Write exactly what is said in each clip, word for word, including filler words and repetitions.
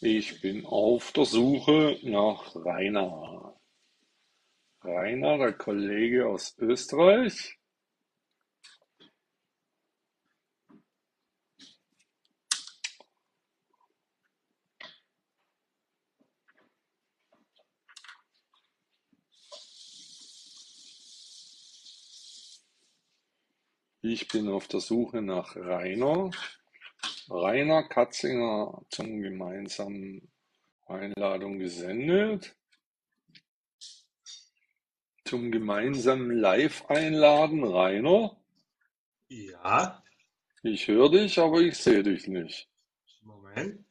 Ich bin auf der Suche nach Rainer. Rainer, der Kollege aus Österreich. Ich bin auf der Suche nach Rainer. Rainer Katzinger zum gemeinsamen Einladung gesendet. Zum gemeinsamen Live-Einladen. Rainer, Ja, ich höre dich, aber ich sehe dich nicht. Moment.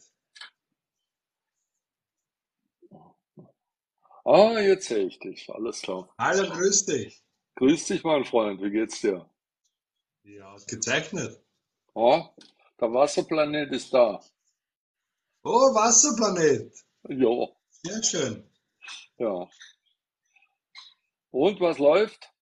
Ah, jetzt sehe ich dich. Alles klar. Hallo, grüß dich. Grüß dich, mein Freund. Wie geht's dir? Ja, ausgezeichnet. Ah, der Wasserplanet ist da. Oh, Wasserplanet. Ja, Sehr schön. ja. Und was läuft?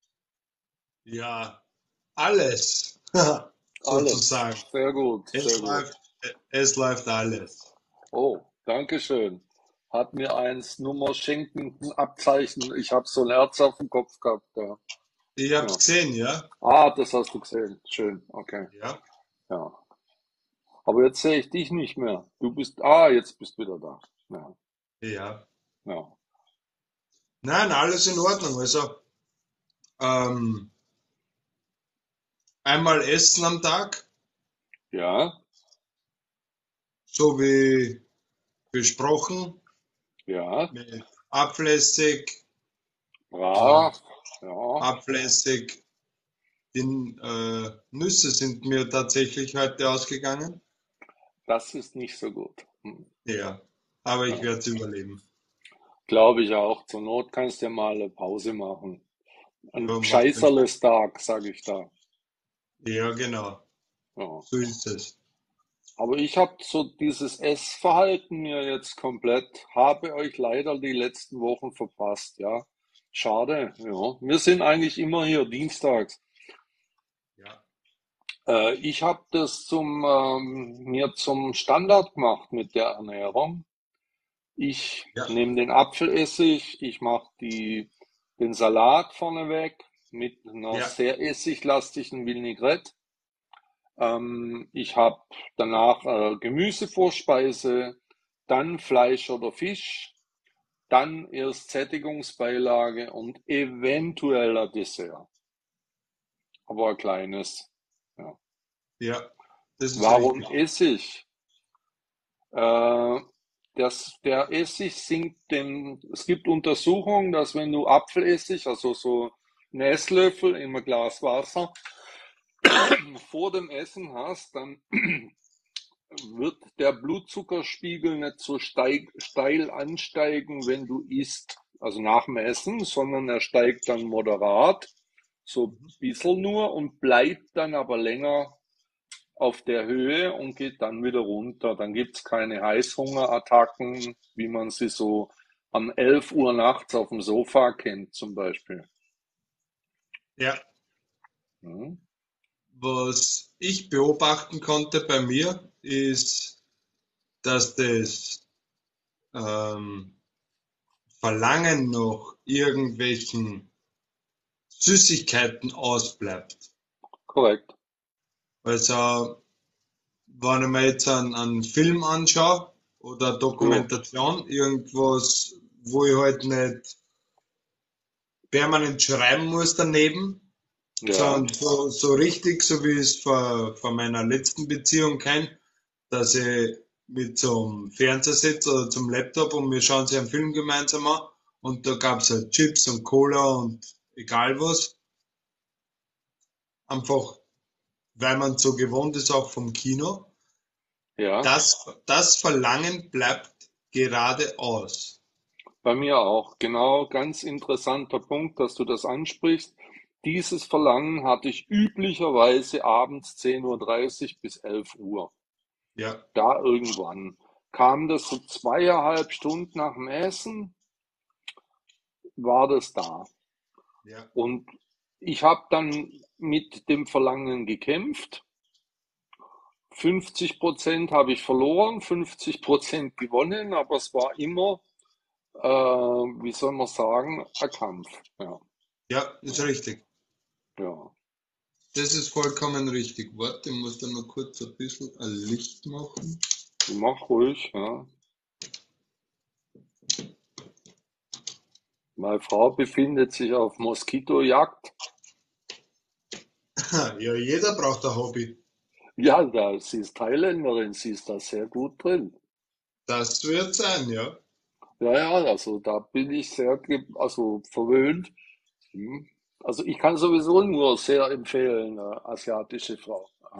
Ja, alles. Alles. Sozusagen. Sehr gut, Es sehr gut. läuft, es läuft alles. Oh, danke schön. Hat mir eins Nummer schenkenden Abzeichen. Ich habe so ein Herz auf dem Kopf gehabt. Ja. Ich hab's Ja. gesehen, ja? Ah, das hast du gesehen. Schön, okay. Ja, Ja. Aber jetzt sehe ich dich nicht mehr. Du bist, ah, jetzt bist du wieder da. Ja, ja. ja. Nein, alles in Ordnung. Also, ähm, einmal essen am Tag, Ja, so wie besprochen, ja. mit Abflässig, äh, Brav. Ja, abflässig. Die äh, Nüsse sind mir tatsächlich heute ausgegangen. das ist nicht so gut. Hm. Ja, aber ich Ja. werde es überleben. Glaube ich auch. Zur Not kannst du ja mal eine Pause machen. Ein Ja, macht den, scheißerles Tag, sage ich da. ja, genau. Ja. So ist es. Aber ich habe so dieses Essverhalten mir jetzt komplett, habe euch leider die letzten Wochen verpasst, ja. Schade, ja. Wir sind eigentlich immer hier dienstags. Ja, Äh, ich habe das zum, ähm, mir zum Standard gemacht mit der Ernährung. Ich ja, nehme den Apfelessig, ich mache die, den Salat vorneweg mit einer ja, sehr essiglastigen Vinaigrette. Ähm, ich habe danach äh, Gemüsevorspeise, dann Fleisch oder Fisch, dann erst Sättigungsbeilage und eventueller Dessert, aber ein kleines. Ja. ja. Das ist Warum richtig. Essig? Äh, das, der Essig sinkt den, es gibt Untersuchungen, dass wenn du Apfelessig, also so einen Esslöffel in ein Glas Wasser vor dem Essen hast, dann wird der Blutzuckerspiegel nicht so steig, steil ansteigen, wenn du isst, also nach dem Essen, sondern er steigt dann moderat, so ein Mhm. bisschen nur und bleibt dann aber länger auf der Höhe und geht dann wieder runter. Dann gibt es keine Heißhungerattacken, wie man sie so um elf Uhr nachts auf dem Sofa kennt, zum Beispiel. Ja, Hm? was ich beobachten konnte bei mir, ist, dass das ähm, Verlangen nach irgendwelchen Süßigkeiten ausbleibt. Korrekt. Also, wenn ich mir jetzt einen, einen Film anschaue oder Ja, Dokumentation, irgendwas, wo ich halt nicht permanent schreiben muss daneben, ja, sondern so, so richtig, so wie ich es von, von meiner letzten Beziehung kenne, dass ich mit zum Fernseher sitze oder zum Laptop und wir schauen sich einen Film gemeinsam an und da gab es halt Chips und Cola und egal was. Einfach, weil man so gewohnt ist auch vom Kino. ja. Das, das Verlangen bleibt geradeaus. Bei mir auch. Genau, ganz interessanter Punkt, dass du das ansprichst. Dieses Verlangen hatte ich üblicherweise abends zehn Uhr dreißig bis elf Uhr. Ja, Da irgendwann kam das so zweieinhalb Stunden nach dem Essen, war das da. ja, Und ich habe dann mit dem Verlangen gekämpft, fünfzig Prozent habe ich verloren, fünfzig Prozent gewonnen, aber es war immer, äh, wie soll man sagen, ein Kampf. Ja, Ja, ist ja, richtig. ja. Das ist vollkommen richtig. Warte, ich muss da noch kurz ein bisschen ein Licht machen. Mach ruhig, ja. Meine Frau befindet sich auf Moskitojagd. Ja, jeder braucht ein Hobby. Ja, da, sie ist Thailänderin, sie ist da sehr gut drin. Das wird sein, ja. Ja, ja, also da bin ich sehr, ge- also verwöhnt. Hm. Also ich kann sowieso nur sehr empfehlen, äh, asiatische Frau. Ja.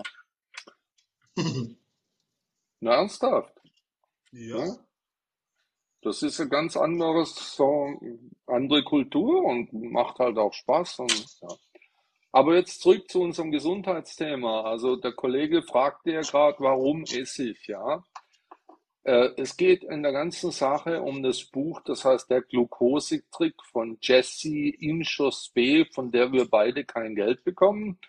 Na, ernsthaft, Ja, ja? Das ist ein ganz anderes, so andere Kultur und macht halt auch Spaß und ja. Aber jetzt zurück zu unserem Gesundheitsthema. Also der Kollege fragte ja gerade, warum Essig, ja? Äh, es geht in der ganzen Sache um das Buch, das heißt Der Glukosetrick von Jessie Inchauspé, von der wir beide kein Geld bekommen,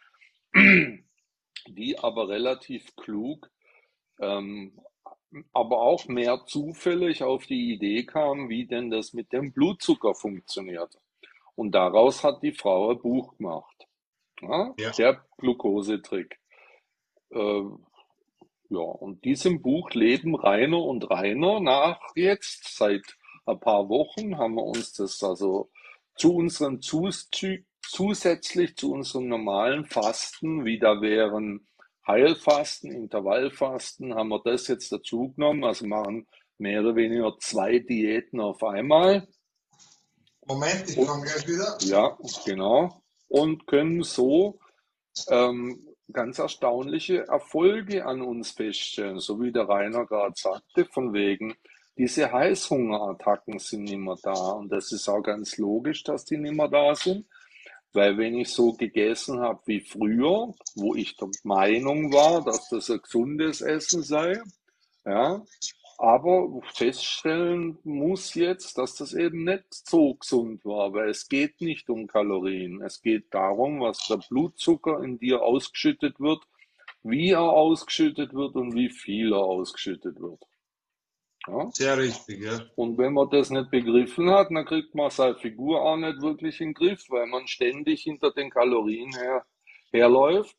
die aber relativ klug, ähm, aber auch mehr zufällig auf die Idee kam, wie denn das mit dem Blutzucker funktioniert. Und daraus hat die Frau ein Buch gemacht. Ja? ja, Der Glukosetrick. Äh, Ja, und diesem Buch leben Rainer und Rainer nach jetzt. Seit ein paar Wochen haben wir uns das also zu unserem Zuzü zusätzlich zu unserem normalen Fasten, wie da wären Heilfasten, Intervallfasten, haben wir das jetzt dazu genommen. Also machen mehr oder weniger zwei Diäten auf einmal. Moment, ich Und, komme gleich wieder. ja, genau. Und können so ähm, ganz erstaunliche Erfolge an uns feststellen, so wie der Rainer gerade sagte, von wegen, diese Heißhungerattacken sind nicht mehr da. Und das ist auch ganz logisch, dass die nicht mehr da sind, weil wenn ich so gegessen habe wie früher, wo ich der Meinung war, dass das ein gesundes Essen sei, ja, aber feststellen muss jetzt, dass das eben nicht so gesund war, weil es geht nicht um Kalorien. Es geht darum, was der Blutzucker in dir ausgeschüttet wird, wie er ausgeschüttet wird und wie viel er ausgeschüttet wird. Ja? Sehr richtig, ja. Und wenn man das nicht begriffen hat, dann kriegt man seine Figur auch nicht wirklich in den Griff, weil man ständig hinter den Kalorien her, herläuft,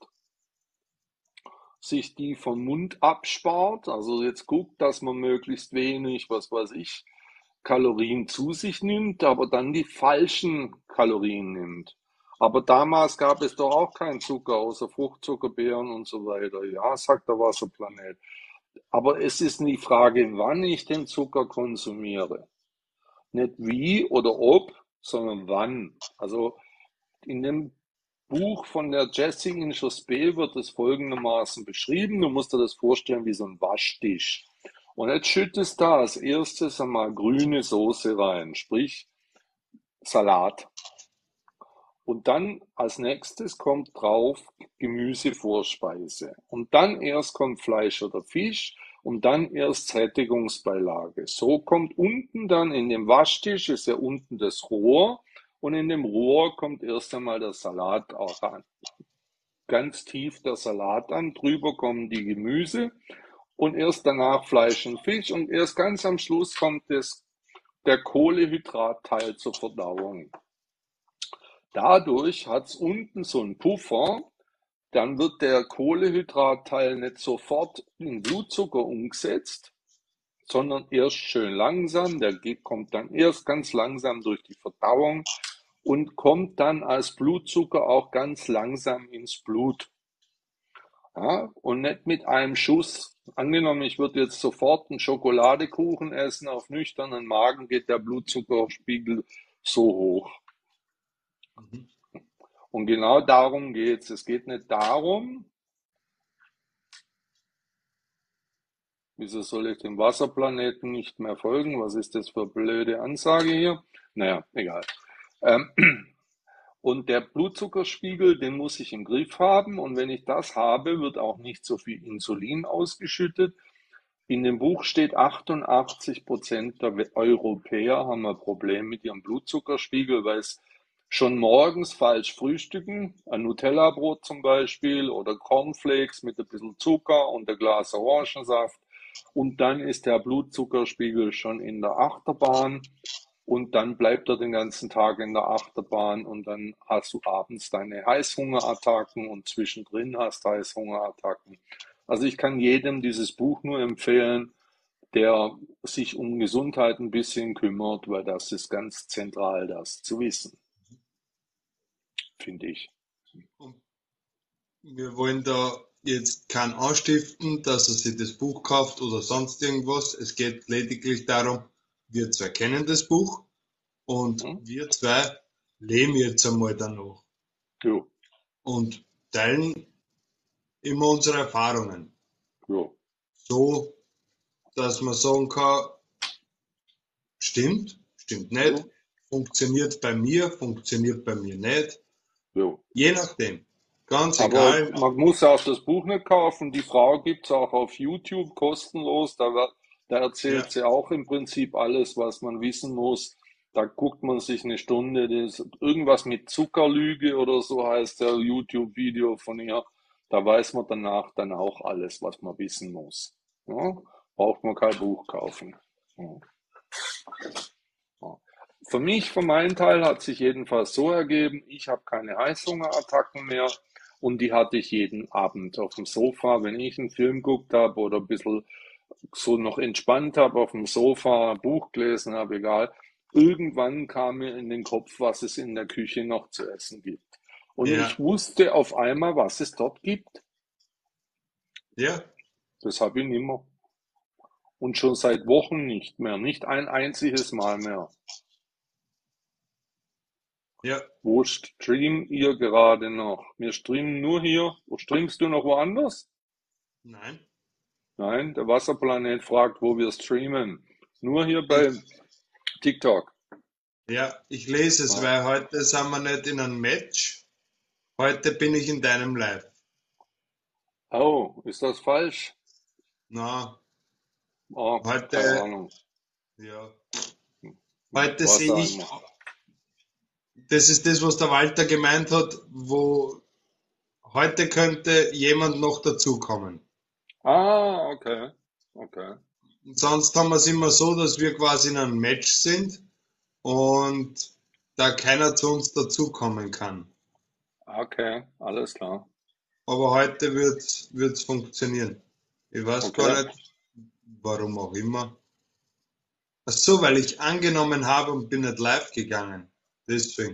sich die vom Mund abspart. Also jetzt guckt, dass man möglichst wenig, was weiß ich, Kalorien zu sich nimmt, aber dann die falschen Kalorien nimmt. Aber damals gab es doch auch keinen Zucker außer Fruchtzuckerbeeren und so weiter. Ja, sagt der Wasserplanet. Aber es ist die Frage, wann ich den Zucker konsumiere. Nicht wie oder ob, sondern wann. Also in dem Buch von der Jessie Inchauspé wird es folgendermaßen beschrieben. Du musst dir das vorstellen wie so ein Waschtisch. Und jetzt schüttest da als erstes einmal grüne Soße rein, sprich Salat. Und dann als nächstes kommt drauf Gemüsevorspeise. Und dann erst kommt Fleisch oder Fisch und dann erst Sättigungsbeilage. So kommt unten dann in dem Waschtisch, ist ja unten das Rohr, und in dem Rohr kommt erst einmal der Salat auch an. Ganz tief der Salat an, drüber kommen die Gemüse und erst danach Fleisch und Fisch und erst ganz am Schluss kommt das, der Kohlehydratteil zur Verdauung. Dadurch hat es unten so einen Puffer, dann wird der Kohlehydratteil nicht sofort in Blutzucker umgesetzt, sondern erst schön langsam. Der geht, kommt dann erst ganz langsam durch die Verdauung und kommt dann als Blutzucker auch ganz langsam ins Blut. Ja, und nicht mit einem Schuss. Angenommen, ich würde jetzt sofort einen Schokoladekuchen essen, auf nüchternen Magen geht der Blutzuckerspiegel so hoch. Mhm. Und genau darum geht's. Es geht nicht darum, wieso soll ich dem Wasserplaneten nicht mehr folgen? Was ist das für eine blöde Ansage hier? Naja, egal. Ähm, und der Blutzuckerspiegel, den muss ich im Griff haben. Und wenn ich das habe, wird auch nicht so viel Insulin ausgeschüttet. In dem Buch steht, achtundachtzig Prozent der Europäer haben ein Problem mit ihrem Blutzuckerspiegel, weil es schon morgens falsch frühstücken, ein Nutella-Brot zum Beispiel oder Cornflakes mit ein bisschen Zucker und ein Glas Orangensaft. Und dann ist der Blutzuckerspiegel schon in der Achterbahn und dann bleibt er den ganzen Tag in der Achterbahn und dann hast du abends deine Heißhungerattacken und zwischendrin hast du Heißhungerattacken. Also ich kann jedem dieses Buch nur empfehlen, der sich um Gesundheit ein bisschen kümmert, weil das ist ganz zentral, das zu wissen, finde ich. Und wir wollen da jetzt keinen anstiften, dass er sich das Buch kauft oder sonst irgendwas. Es geht lediglich darum, wir zwei kennen das Buch und Hm? wir zwei leben jetzt einmal danach Jo, und teilen immer unsere Erfahrungen. jo, So, dass man sagen kann, stimmt, stimmt nicht, jo, funktioniert bei mir, funktioniert bei mir nicht. jo. Je nachdem. Ganz Aber egal. man muss auch das Buch nicht kaufen. Die Frau gibt's auch auf YouTube kostenlos. Da, wird- da Ja, erzählt sie auch im Prinzip alles, was man wissen muss. Da guckt man sich eine Stunde, das, irgendwas mit Zuckerlüge oder so heißt der YouTube-Video von ihr. Da weiß man danach dann auch alles, was man wissen muss. Ja? Braucht man kein Buch kaufen. Ja. Ja. Für mich, für meinen Teil, hat sich jedenfalls so ergeben, ich habe keine Heißhungerattacken mehr und die hatte ich jeden Abend auf dem Sofa, wenn ich einen Film geguckt habe oder ein bisschen so noch entspannt habe auf dem Sofa, Buch gelesen habe, egal. Irgendwann kam mir in den Kopf, was es in der Küche noch zu essen gibt. Und ich ja, wusste auf einmal, was es dort gibt. ja, Das habe ich nimmer. Und schon seit Wochen nicht mehr. Nicht ein einziges Mal mehr. ja. Wo streamt ihr gerade noch? Wir streamen nur hier. Wo streamst du noch woanders? Nein. Nein, der Wasserplanet fragt, wo wir streamen. Nur hier bei Ich, TikTok. ja, ich lese es, Ah. weil heute sind wir nicht in einem Match. Heute bin ich in deinem Live. Oh, ist das falsch? Na, Oh, keine heute, Ahnung. ja, heute Was sehe auch ich, immer. das ist das, was der Walter gemeint hat, wo heute könnte jemand noch dazukommen. Ah, okay. Okay. Und sonst haben wir es immer so, dass wir quasi in einem Match sind und da keiner zu uns dazukommen kann. Okay, alles klar. Aber heute wird es funktionieren. Ich weiß Okay. gar nicht, warum auch immer. Ach so, weil ich angenommen habe und bin nicht live gegangen. Deswegen.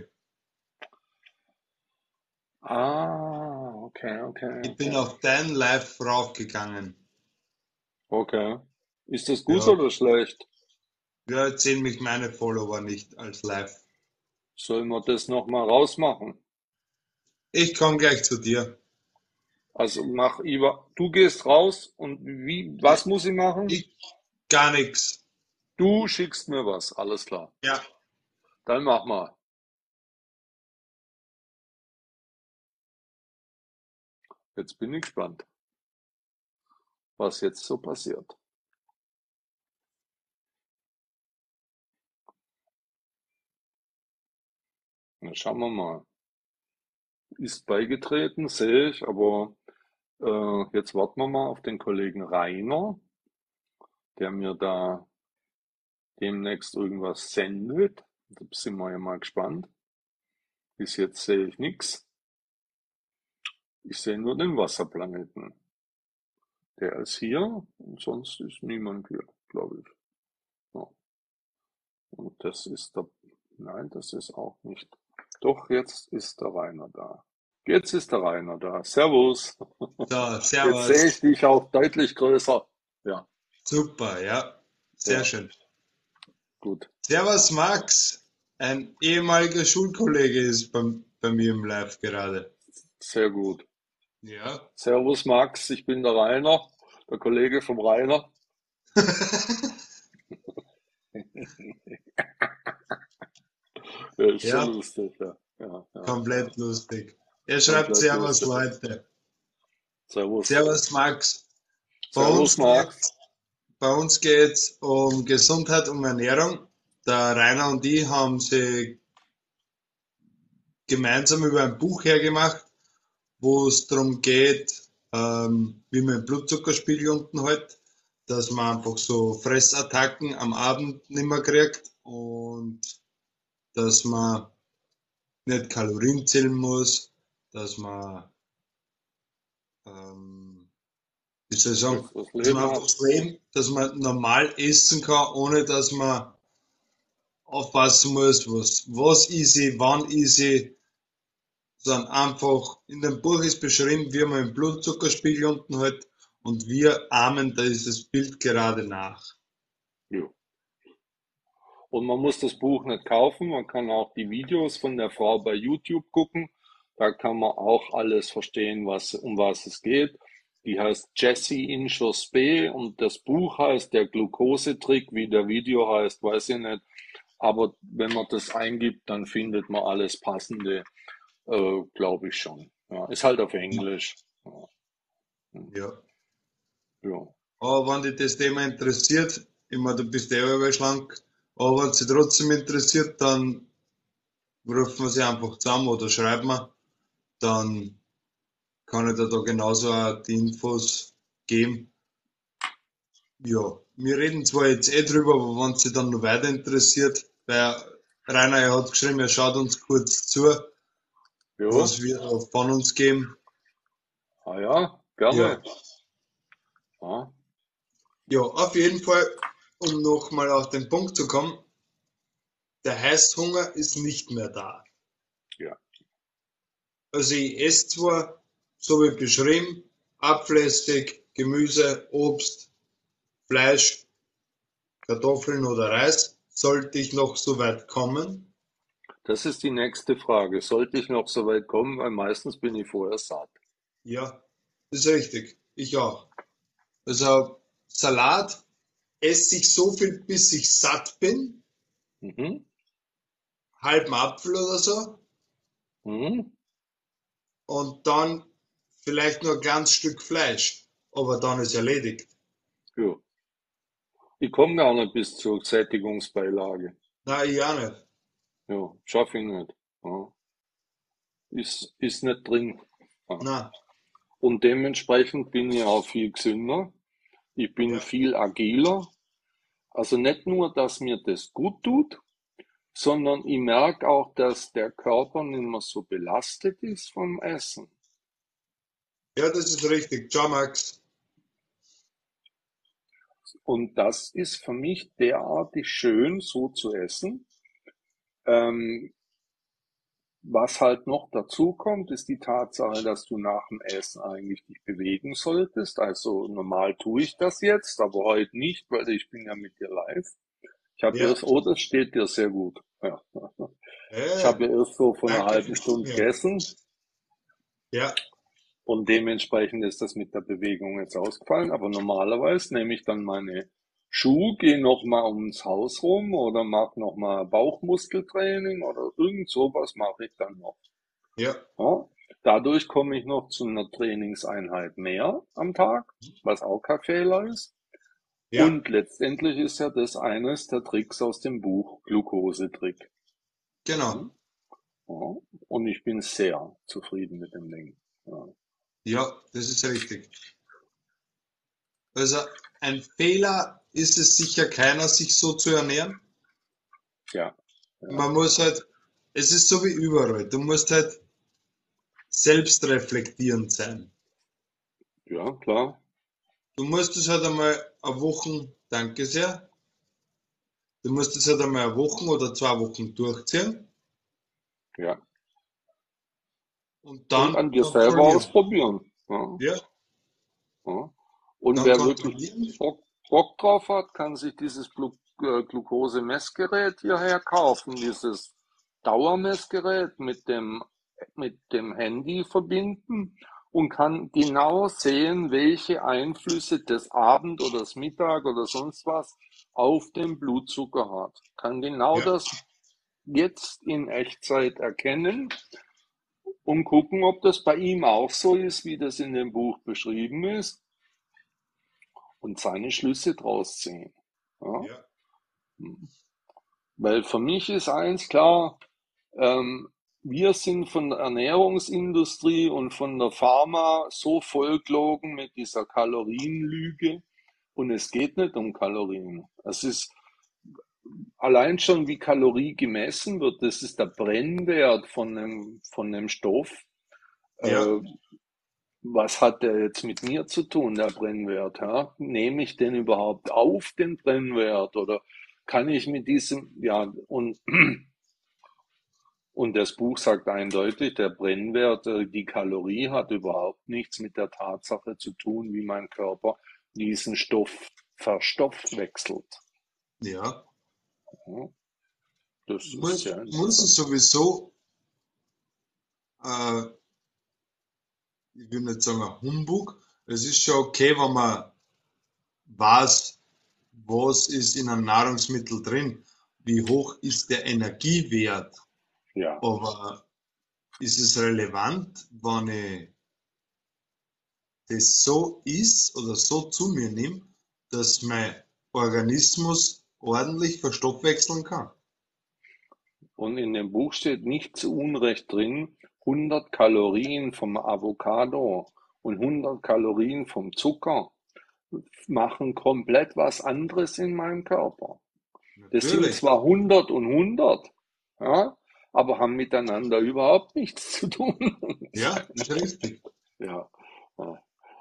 Ah, okay, okay, Ich bin okay. auf dein Live raufgegangen. Okay. Ist das gut Ja, oder schlecht? ja, jetzt sehen mich meine Follower nicht als live. Sollen wir das nochmal rausmachen? Ich komme gleich zu dir. Also mach Iva, du gehst raus und wie, Ja, was muss ich machen? ich gar nichts. Du schickst mir was, alles klar. Ja, Dann mach mal. Jetzt bin ich gespannt, was jetzt so passiert. Na, schauen wir mal. Ist beigetreten, sehe ich, aber äh, jetzt warten wir mal auf den Kollegen Rainer, der mir da demnächst irgendwas sendet. Da sind wir ja mal gespannt. Bis jetzt sehe ich nichts. Ich sehe nur den Wasserplaneten. Der ist hier und sonst ist niemand hier, glaube ich. Ja. Und das ist der, nein, das ist auch nicht. Doch, jetzt ist der Rainer da. Jetzt ist der Rainer da. Servus. so, Jetzt sehe ich servus. dich auch deutlich größer. Ja, Super, ja, sehr ja, schön. gut. Servus Max, ein ehemaliger Schulkollege ist bei, bei mir im Live gerade. Sehr gut. Ja. Servus Max, ich bin der Rainer, der Kollege vom Rainer. Ja, ist schon Ja, lustig, ja. Ja, ja, ja. komplett lustig. Er schreibt Komplett Servus lustig. Leute. Servus. Servus Max. Bei Servus uns Max. geht's, bei uns geht's um Gesundheit, um Ernährung. Der Rainer und ich haben sie gemeinsam über ein Buch hergemacht, wo es darum geht, ähm, wie man den Blutzuckerspiegel unten hält, dass man einfach so Fressattacken am Abend nicht mehr kriegt und dass man nicht Kalorien zählen muss, dass man, ähm, wie soll ich sagen, Besseres dass man Leben einfach hat. das Leben, dass man normal essen kann, ohne dass man aufpassen muss, was, was ist ich, wann ist ich, sondern einfach in dem Buch ist beschrieben, wie man den Blutzuckerspiegel unten hält und wir ahmen dieses Bild gerade nach. Ja. Und man muss das Buch nicht kaufen, man kann auch die Videos von der Frau bei YouTube gucken. Da kann man auch alles verstehen, was, um was es geht. Die heißt Jessie Inchauspé und das Buch heißt Der Glukosetrick. Wie der Video heißt, weiß ich nicht. Aber wenn man das eingibt, dann findet man alles Passende, äh, glaube ich schon. Ja, ist halt auf Englisch. Ja, Ja. ja. Aber wenn dich das Thema interessiert, ich meine, du bist eh überall schlank, aber wenn es dich trotzdem interessiert, dann rufen wir sie einfach zusammen oder schreiben wir, dann kann ich dir da genauso auch die Infos geben. Ja, wir reden zwar jetzt eh drüber, aber wenn es dich dann noch weiter interessiert, weil Rainer, er hat geschrieben, er schaut uns kurz zu, Jo, was wir da von uns geben. ah ja, Ja, gerne. Ja, ja, auf jeden Fall, um nochmal auf den Punkt zu kommen, der Heißhunger ist nicht mehr da. ja. Also ich esse zwar, so wie beschrieben, ablässig Gemüse, Obst, Fleisch, Kartoffeln oder Reis, sollte ich noch so weit kommen. Das ist die nächste Frage. Sollte ich noch so weit kommen, weil meistens bin ich vorher satt. Ja, ist richtig. Ich auch. Also Salat esse ich so viel, bis ich satt bin, Mhm. halben Apfel oder so, Mhm. und dann vielleicht nur ein kleines Stück Fleisch. Aber dann ist erledigt. Ja. Ich komme gar nicht bis zur Sättigungsbeilage. Nein, ich auch nicht. Ja, schaffe ich nicht. Ja. Ist, ist nicht drin. Ja. Nein. Und dementsprechend bin ich auch viel gesünder. Ich bin Ja, viel agiler. Also nicht nur, dass mir das gut tut, sondern ich merke auch, dass der Körper nicht mehr so belastet ist vom Essen. ja, das ist richtig. Ciao, Max. Und das ist für mich derartig schön, so zu essen. Ähm, Was halt noch dazu kommt, ist die Tatsache, dass du nach dem Essen eigentlich dich bewegen solltest. Also normal tue ich das jetzt, aber heute nicht, weil ich bin ja mit dir live. Ich habe Ja, erst, oh, das steht dir sehr gut. Ja. Ich äh, habe ja erst so vor einer danke halben fürs Stunde Zuhören. gegessen Ja, und dementsprechend ist das mit der Bewegung jetzt ausgefallen. Aber normalerweise nehme ich dann meine Schuhe, gehe nochmal ums Haus rum oder mache nochmal Bauchmuskeltraining oder irgend sowas mache ich dann noch. ja, Ja, dadurch komme ich noch zu einer Trainingseinheit mehr am Tag, was auch kein Fehler ist. ja, Und letztendlich ist ja das eines der Tricks aus dem Buch Glukosetrick. genau. Hm? Ja, und ich bin sehr zufrieden mit dem Ding. Ja, Ja, das ist richtig. Also ein Fehler ist es sicher keiner, sich so zu ernähren. ja, ja, Man muss halt, es ist so wie überall, du musst halt selbstreflektierend sein. ja, klar. Du musst es halt einmal eine Woche, danke sehr, du musst es halt einmal eine Woche oder zwei Wochen durchziehen Ja. und Und dann an dir selber kontrollieren. ausprobieren. Ja, Ja, ja. Und dann wer wirklich kontrollieren. Bock, Bock drauf hat, kann sich dieses Glu äh, Glukosemessgerät hierher kaufen, dieses Dauermessgerät mit dem, mit dem Handy verbinden und kann genau sehen, welche Einflüsse das Abend oder das Mittag oder sonst was auf den Blutzucker hat. Kann genau Ja, das jetzt in Echtzeit erkennen und gucken, ob das bei ihm auch so ist, wie das in dem Buch beschrieben ist und seine Schlüsse draus ziehen. Ja? ja, Weil für mich ist eins klar, ähm, wir sind von der Ernährungsindustrie und von der Pharma so vollgelogen mit dieser Kalorienlüge und es geht nicht um Kalorien. Es ist allein schon, wie Kalorie gemessen wird, das ist der Brennwert von einem, von einem Stoff. Ja, Äh, Was hat der jetzt mit mir zu tun, der Brennwert? Ja? Nehme ich den überhaupt auf, den Brennwert? Oder kann ich mit diesem, ja, und, und das Buch sagt eindeutig, der Brennwert, äh, die Kalorie hat überhaupt nichts mit der Tatsache zu tun, wie mein Körper diesen Stoff verstoffwechselt. ja. Ja, das ist Muss, sehr muss es interessant. sowieso, äh, ich will nicht sagen ein Humbug. Es ist schon okay, wenn man weiß, was ist in einem Nahrungsmittel drin, wie hoch ist der Energiewert. Ja. Aber ist es relevant, wenn ich das so isst oder so zu mir nehme, dass mein Organismus ordentlich verstoffwechseln kann? Und in dem Buch steht nicht zu Unrecht drin, hundert Kalorien vom Avocado und hundert Kalorien vom Zucker machen komplett was anderes in meinem Körper. Das sind Natürlich. zwar hundert und hundert, ja, aber haben miteinander überhaupt nichts zu tun. Ja, ist richtig. Ja, ja.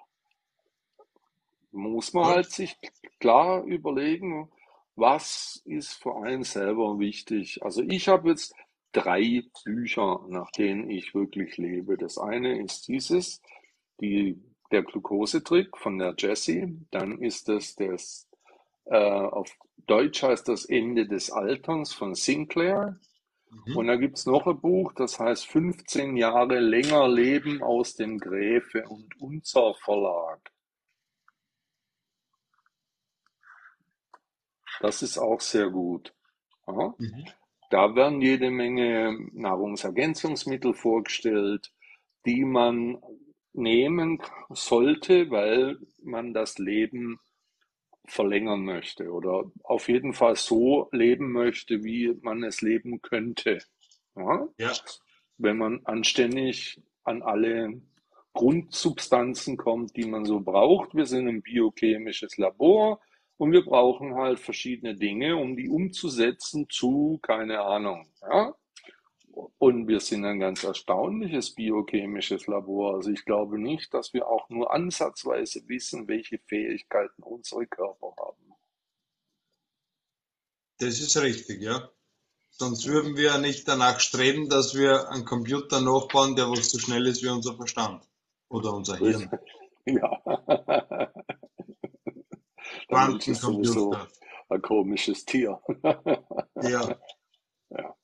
Muss man Gut. halt sich klar überlegen, was ist für einen selber wichtig. Also ich habe jetzt drei Bücher, nach denen ich wirklich lebe. Das eine ist dieses, die, der Glukosetrick von der Jessie. Dann ist es das, äh, auf Deutsch heißt das Ende des Alterns von Sinclair. Und Mhm. da gibt's noch ein Buch, das heißt fünfzehn Jahre länger Leben aus dem Gräfe und Unzer Verlag. Das ist auch sehr gut. Ja. Mhm. Da werden jede Menge Nahrungsergänzungsmittel vorgestellt, die man nehmen sollte, weil man das Leben verlängern möchte oder auf jeden Fall so leben möchte, wie man es leben könnte. Ja? Ja, Wenn man anständig an alle Grundsubstanzen kommt, die man so braucht. Wir sind ein biochemisches Labor und wir brauchen halt verschiedene Dinge, um die umzusetzen zu, keine Ahnung. Ja? Und wir sind ein ganz erstaunliches biochemisches Labor. Also ich glaube nicht, dass wir auch nur ansatzweise wissen, welche Fähigkeiten unsere Körper haben. das ist richtig, ja. Sonst würden wir ja nicht danach streben, dass wir einen Computer nachbauen, der was so schnell ist wie unser Verstand oder unser Hirn. Ja, der Mensch ist sowieso Quantencomputer. ein komisches Tier. Ja. Ja.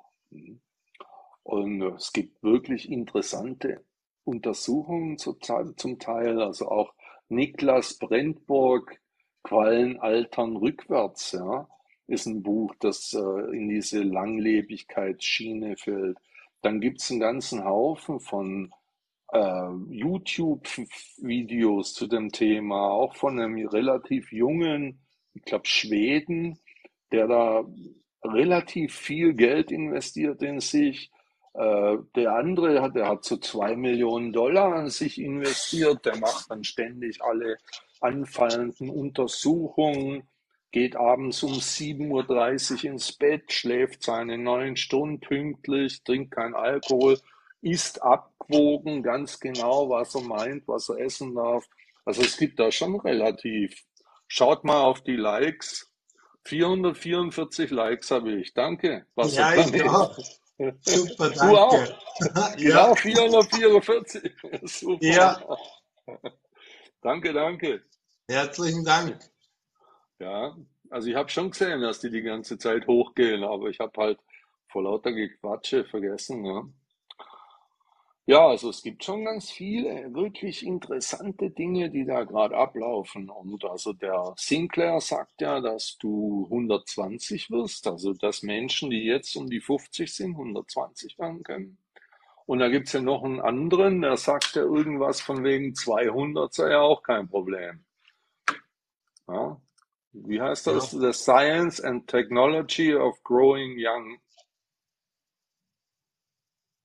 Und es gibt wirklich interessante Untersuchungen zum Teil, also auch Niklas Brentborg, Quallen altern rückwärts, ja, ist ein Buch, das äh, in diese Langlebigkeitsschiene fällt. Dann gibt es einen ganzen Haufen von äh, YouTube-Videos zu dem Thema, auch von einem relativ jungen, ich glaube Schweden, der da relativ viel Geld investiert in sich. Äh, der andere hat, der hat so zwei Millionen Dollar an sich investiert, der macht dann ständig alle anfallenden Untersuchungen, geht abends um sieben Uhr dreißig ins Bett, schläft seine neun Stunden pünktlich, trinkt kein Alkohol, isst abgewogen, ganz genau, was er meint, was er essen darf. Also es gibt da schon relativ. Schaut mal auf die Likes. vierhundertvierundvierzig Likes habe ich. Danke, Ja, ich Wasserplanet. auch. Super, Du auch. danke. Ja, Genau vierhundertvierundvierzig. ja, Super. Danke, danke. herzlichen Dank. Ja, also ich habe schon gesehen, dass die die ganze Zeit hochgehen, aber ich habe halt vor lauter Gequatsche vergessen. Ja. Ja, also es gibt schon ganz viele wirklich interessante Dinge, die da gerade ablaufen. Und also der Sinclair sagt ja, dass du hundertzwanzig wirst, also dass Menschen, die jetzt um die fünfzig sind, hundertzwanzig werden können. Und da gibt's ja noch einen anderen, der sagt ja irgendwas von wegen zweihundert sei ja auch kein Problem. Ja? Wie heißt das? Ja, The Science and Technology of Growing Young.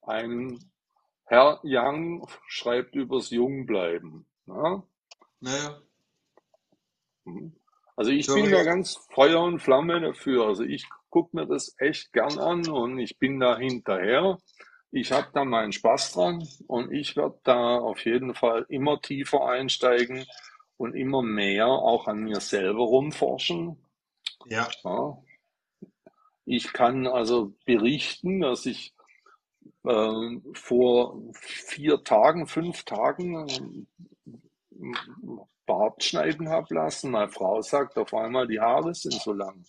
Ein Herr Young schreibt übers Jungbleiben. Ja? Naja, Mhm. Also ich so habe bin da ich, ganz Feuer und Flamme dafür. Also ich gucke mir das echt gern an und ich bin da hinterher. Ich habe da meinen Spaß dran und ich werde da auf jeden Fall immer tiefer einsteigen und immer mehr auch an mir selber rumforschen. ja, Ja. Ich kann also berichten, dass ich äh, vor vier Tagen, fünf Tagen äh, Bart schneiden habe lassen. Meine Frau sagt auf einmal, die Haare sind so lang.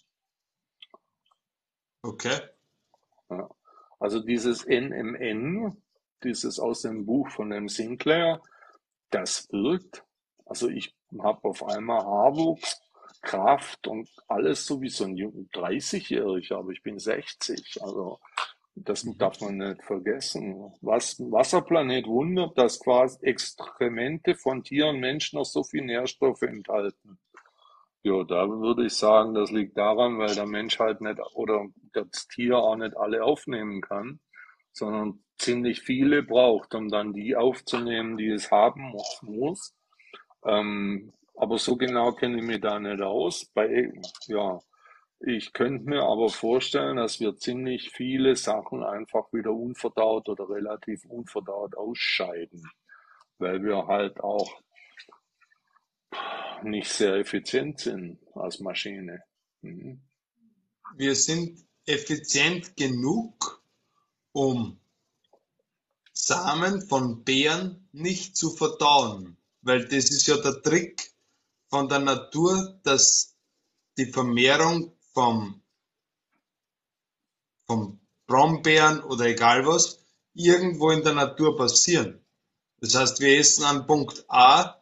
okay. Ja. Also dieses N M N, dieses aus dem Buch von dem Sinclair, das wirkt. Also ich habe auf einmal Haarwuchs, Kraft und alles so wie so ein dreißig-Jähriger, aber ich bin sechzig. Also das Mhm. darf man nicht vergessen. Was Wasserplanet wundert, dass quasi Exkremente von Tieren, Menschen noch so viel Nährstoffe enthalten. Ja, da würde ich sagen, das liegt daran, weil der Mensch halt nicht oder das Tier auch nicht alle aufnehmen kann, sondern ziemlich viele braucht, um dann die aufzunehmen, die es haben muss. muss. Ähm, aber so genau kenne ich mich da nicht aus. Bei, ja, ich könnte mir aber vorstellen, dass wir ziemlich viele Sachen einfach wieder unverdaut oder relativ unverdaut ausscheiden, weil wir halt auch nicht sehr effizient sind als Maschine. Mhm. Wir sind effizient genug, um Samen von Beeren nicht zu verdauen. Weil das ist ja der Trick von der Natur, dass die Vermehrung vom, vom Brombeeren oder egal was irgendwo in der Natur passieren. Das heißt, wir essen an Punkt A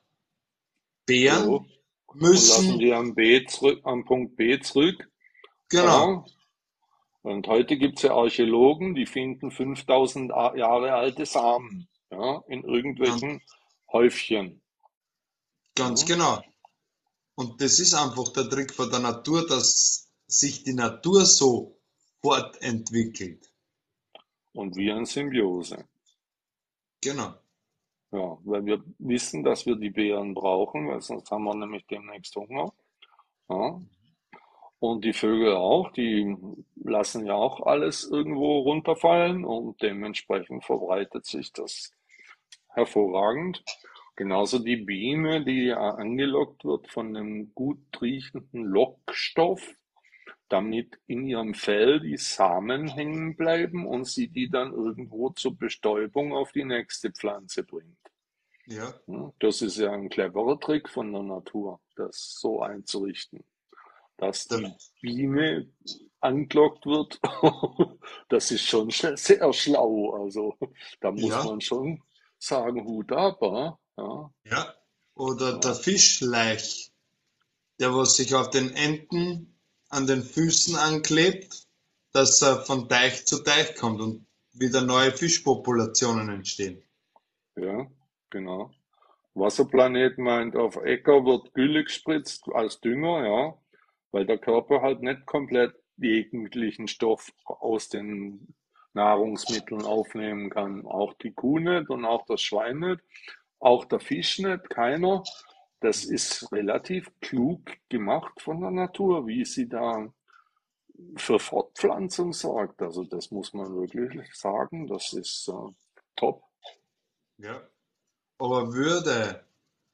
Jo. Beeren, Und lassen müssen, die am B zurück, am Punkt B zurück. genau, Ja. Und heute gibt es ja Archäologen, die finden fünftausend A- Jahre alte Samen, ja, in ganz, irgendwelchen Häufchen. ganz Ja. genau. Und das ist einfach der Trick von der Natur, dass sich die Natur so fortentwickelt. Und wir in Symbiose. Genau. Ja, weil wir wissen, dass wir die Beeren brauchen, weil sonst haben wir nämlich demnächst Hunger. Ja. Und die Vögel auch, die lassen ja auch alles irgendwo runterfallen und dementsprechend verbreitet sich das hervorragend. Genauso die Biene, die ja angelockt wird von einem gut riechenden Lockstoff, damit in ihrem Fell die Samen hängen bleiben und sie die dann irgendwo zur Bestäubung auf die nächste Pflanze bringt. Ja, Ja, das ist ja ein cleverer Trick von der Natur, das so einzurichten, dass der, die Biene angelockt wird. Das ist schon sehr schlau. Also da muss ja, man schon sagen, Hut ab. Ja, ja, ja. Oder der ja. Fischleich, der was sich auf den Enden an den Füßen anklebt, dass er von Teich zu Teich kommt und wieder neue Fischpopulationen entstehen. Ja, genau. Wasserplanet meint, auf Äcker wird Gülle gespritzt als Dünger, ja, weil der Körper halt nicht komplett jeglichen Stoff aus den Nahrungsmitteln aufnehmen kann. Auch die Kuh nicht und auch das Schwein nicht, auch der Fisch nicht, keiner. Das ist relativ klug gemacht von der Natur, wie sie da für Fortpflanzung sorgt. Also das muss man wirklich sagen, das ist äh, top. Ja. Aber würde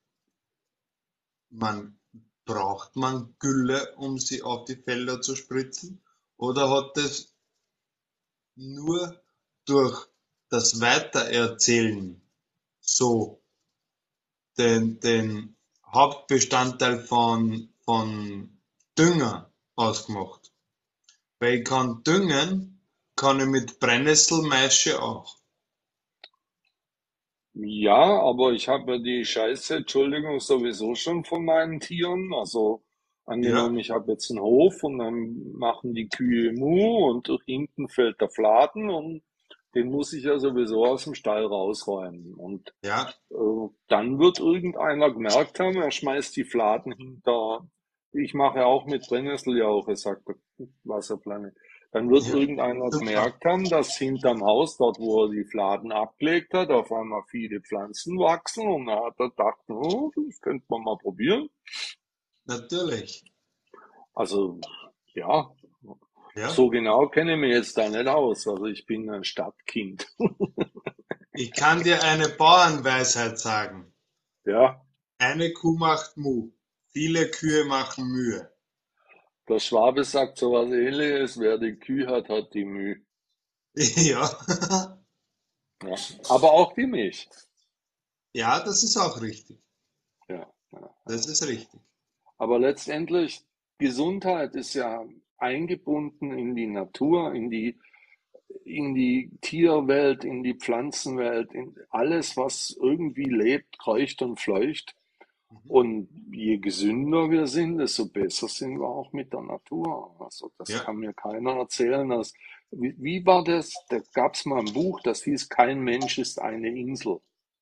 man, braucht man Gülle, um sie auf die Felder zu spritzen? Oder hat es nur durch das Weitererzählen so den, den Hauptbestandteil von, von Dünger ausgemacht? Weil ich kann düngen, kann ich mit Brennnesselmaische auch. Ja, aber ich habe ja die Scheiße, Entschuldigung, sowieso schon von meinen Tieren. Also angenommen, Ja, ich habe jetzt einen Hof und dann machen die Kühe Mu und hinten fällt der Fladen und den muss ich ja sowieso aus dem Stall rausräumen. Und ja, äh, dann wird irgendeiner gemerkt haben, er schmeißt die Fladen hinter. Ich mache auch mit Brennnesseljauche, sagt der Wasserplanet. Dann wird Ja, irgendeiner super. gemerkt haben, dass hinterm Haus, dort wo er die Fladen abgelegt hat, auf einmal viele Pflanzen wachsen und dann hat er gedacht, oh, das könnte man mal probieren. Natürlich. Also, ja, Ja. so genau kenne ich mich jetzt da nicht aus. Also ich bin ein Stadtkind. Ich kann dir eine Bauernweisheit sagen. Ja, Eine Kuh macht Mu. Viele Kühe machen Mühe. der Schwabe sagt so was Ähnliches, wer die Kühe hat, hat die Mühe. Ja. Ja. Aber auch die Milch. Ja, das ist auch richtig. Ja, ja. Das ist richtig. Aber letztendlich, Gesundheit ist ja eingebunden in die Natur, in die, in die Tierwelt, in die Pflanzenwelt, in alles, was irgendwie lebt, kreucht und fleucht. Mhm. Und je gesünder wir sind, desto besser sind wir auch mit der Natur. Also das Ja. kann mir keiner erzählen. Dass, wie, wie war das? Da gab es mal ein Buch, das hieß Kein Mensch ist eine Insel.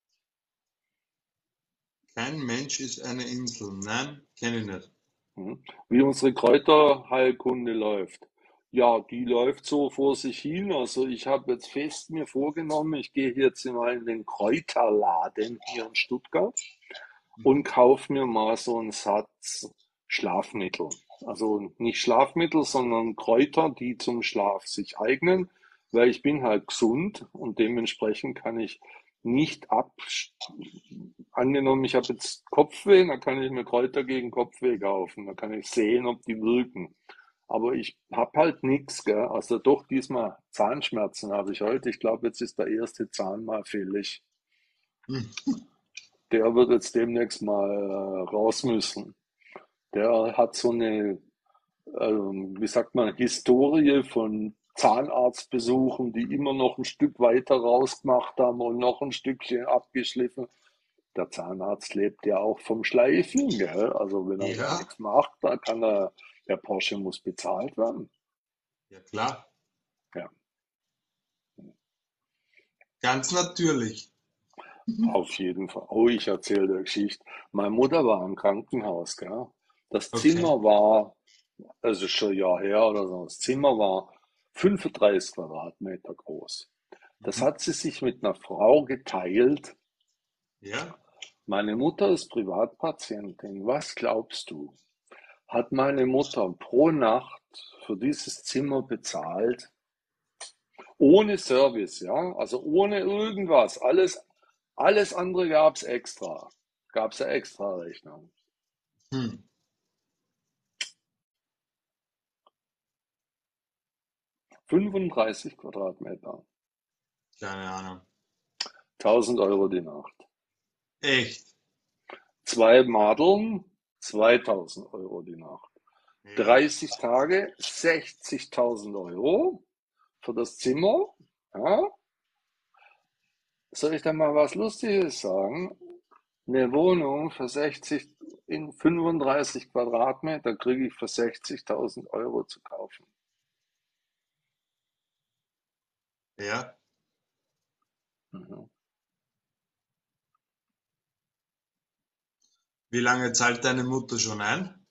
Kein Mensch ist eine Insel. Nein, kenne ich nicht. Hm? Wie unsere Kräuterheilkunde läuft. Ja, die läuft so vor sich hin. Also ich habe jetzt fest mir vorgenommen, ich gehe jetzt mal in den Kräuterladen hier in Stuttgart und Mhm. kaufe mir mal so einen Satz Schlafmittel. Also nicht Schlafmittel, sondern Kräuter, die zum Schlaf sich eignen, weil ich bin halt gesund und dementsprechend kann ich nicht ab. Angenommen, ich habe jetzt Kopfweh, dann kann ich mir Kräuter gegen Kopfweh kaufen. Dann kann ich sehen, ob die wirken. Aber ich habe halt nichts, gell? Also doch diesmal Zahnschmerzen habe ich heute. Ich glaube, jetzt ist der erste Zahn mal fällig. Hm. Der wird jetzt demnächst mal äh, raus müssen. Der hat so eine, ähm, wie sagt man, Historie von Zahnarztbesuchen, die immer noch ein Stück weiter rausgemacht haben und noch ein Stückchen abgeschliffen. Der Zahnarzt lebt ja auch vom Schleifen, gell? Also wenn er da Ja, nichts macht, dann kann er, der Porsche muss bezahlt werden. ja klar. Ja, Ganz natürlich. auf jeden Fall. Oh, ich erzähle der Geschichte. Meine Mutter war im Krankenhaus, gell? Das Okay. Zimmer war, also schon ein Jahr her oder so, das Zimmer war fünfunddreißig Quadratmeter groß. Das Mhm. hat sie sich mit einer Frau geteilt. Ja. Meine Mutter ist Privatpatientin. Was glaubst du? Hat meine Mutter pro Nacht für dieses Zimmer bezahlt? Ohne Service, ja? Also ohne irgendwas. Alles, alles andere gab's extra. Gab's ja extra Rechnung. Hm. fünfunddreißig Quadratmeter. Keine Ahnung. tausend Euro die Nacht. Echt. Zwei Madeln, zweitausend Euro die Nacht. Ja. dreißig Tage, sechzigtausend Euro für das Zimmer. Ja? Soll ich da mal was Lustiges sagen? Eine Wohnung für sechzig in fünfunddreißig Quadratmeter kriege ich für sechzigtausend Euro zu kaufen. Ja. Mhm. Wie lange zahlt deine Mutter schon ein?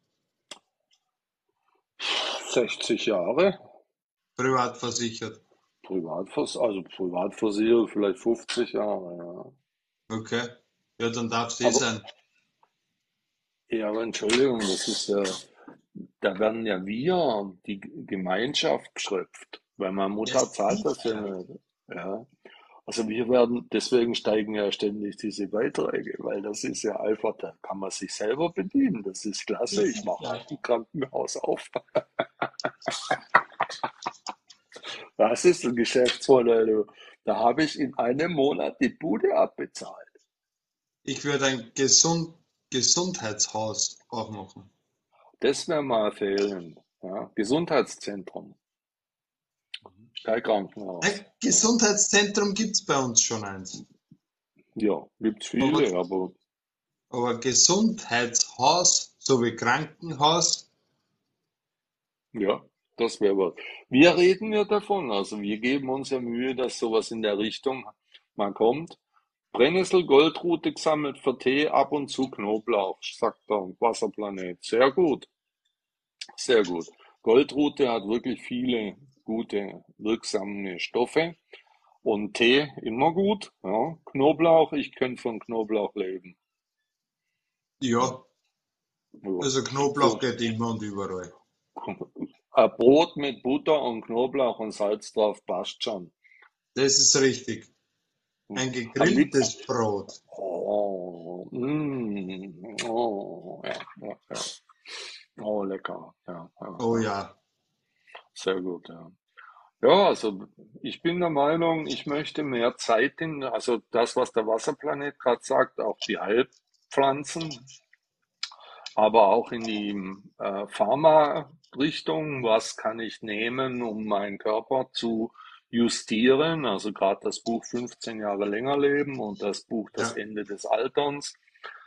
sechzig Jahre, Privat versichert. Privatvers also Privatversicherung vielleicht fünfzig Jahre, ja. Okay. Ja, dann darf's eh Aber, sein. ja, aber Entschuldigung, das ist ja, da werden ja wir, die Gemeinschaft, geschröpft, weil meine Ja, Mutter zahlt das ja sicher. nicht. Ja. Also wir werden, deswegen steigen ja ständig diese Beiträge, weil das ist ja einfach, da kann man sich selber bedienen. Das ist Ja, klasse. Ich mache sicher. halt ein Krankenhaus auf. Das ist ein Geschäftsmodell. Du. Da habe ich in einem Monat die Bude abbezahlt. Ich würde ein Gesund Gesundheitshaus aufmachen. Das wäre mal fehlen. Ja. Gesundheitszentrum, kein Krankenhaus. Ein Ja, Gesundheitszentrum gibt's bei uns schon eins. ja gibt's Aber, viele, aber aber Gesundheitshaus sowie Krankenhaus, ja, das wäre was. Wir reden ja davon, also wir geben uns ja Mühe, dass sowas in der Richtung mal kommt. Brennnessel, Goldrute gesammelt für Tee, ab und zu Knoblauch, sagt der Wasserplanet. Sehr gut, sehr gut. Goldrute hat wirklich viele. gute, wirksame Stoffe. Und Tee immer gut. Ja. Knoblauch, ich könnte von Knoblauch leben. Ja, Ja. also Knoblauch So, geht immer und überall. ein Brot mit Butter und Knoblauch und Salz drauf passt schon. Das ist richtig. Ein Am liebsten. gegrilltes Brot. Oh, mm, oh, ja, ja, ja. Oh, lecker. Ja, ja, Oh ja. ja. Sehr gut, ja. Ja, also ich bin der Meinung, ich möchte mehr Zeit in, also das, was der Wasserplanet gerade sagt, auch die Heilpflanzen, aber auch in die äh, Pharma-Richtung. Was kann ich nehmen, um meinen Körper zu justieren? Also gerade das Buch fünfzehn Jahre länger leben und das Buch Das Ja. Ende des Alterns.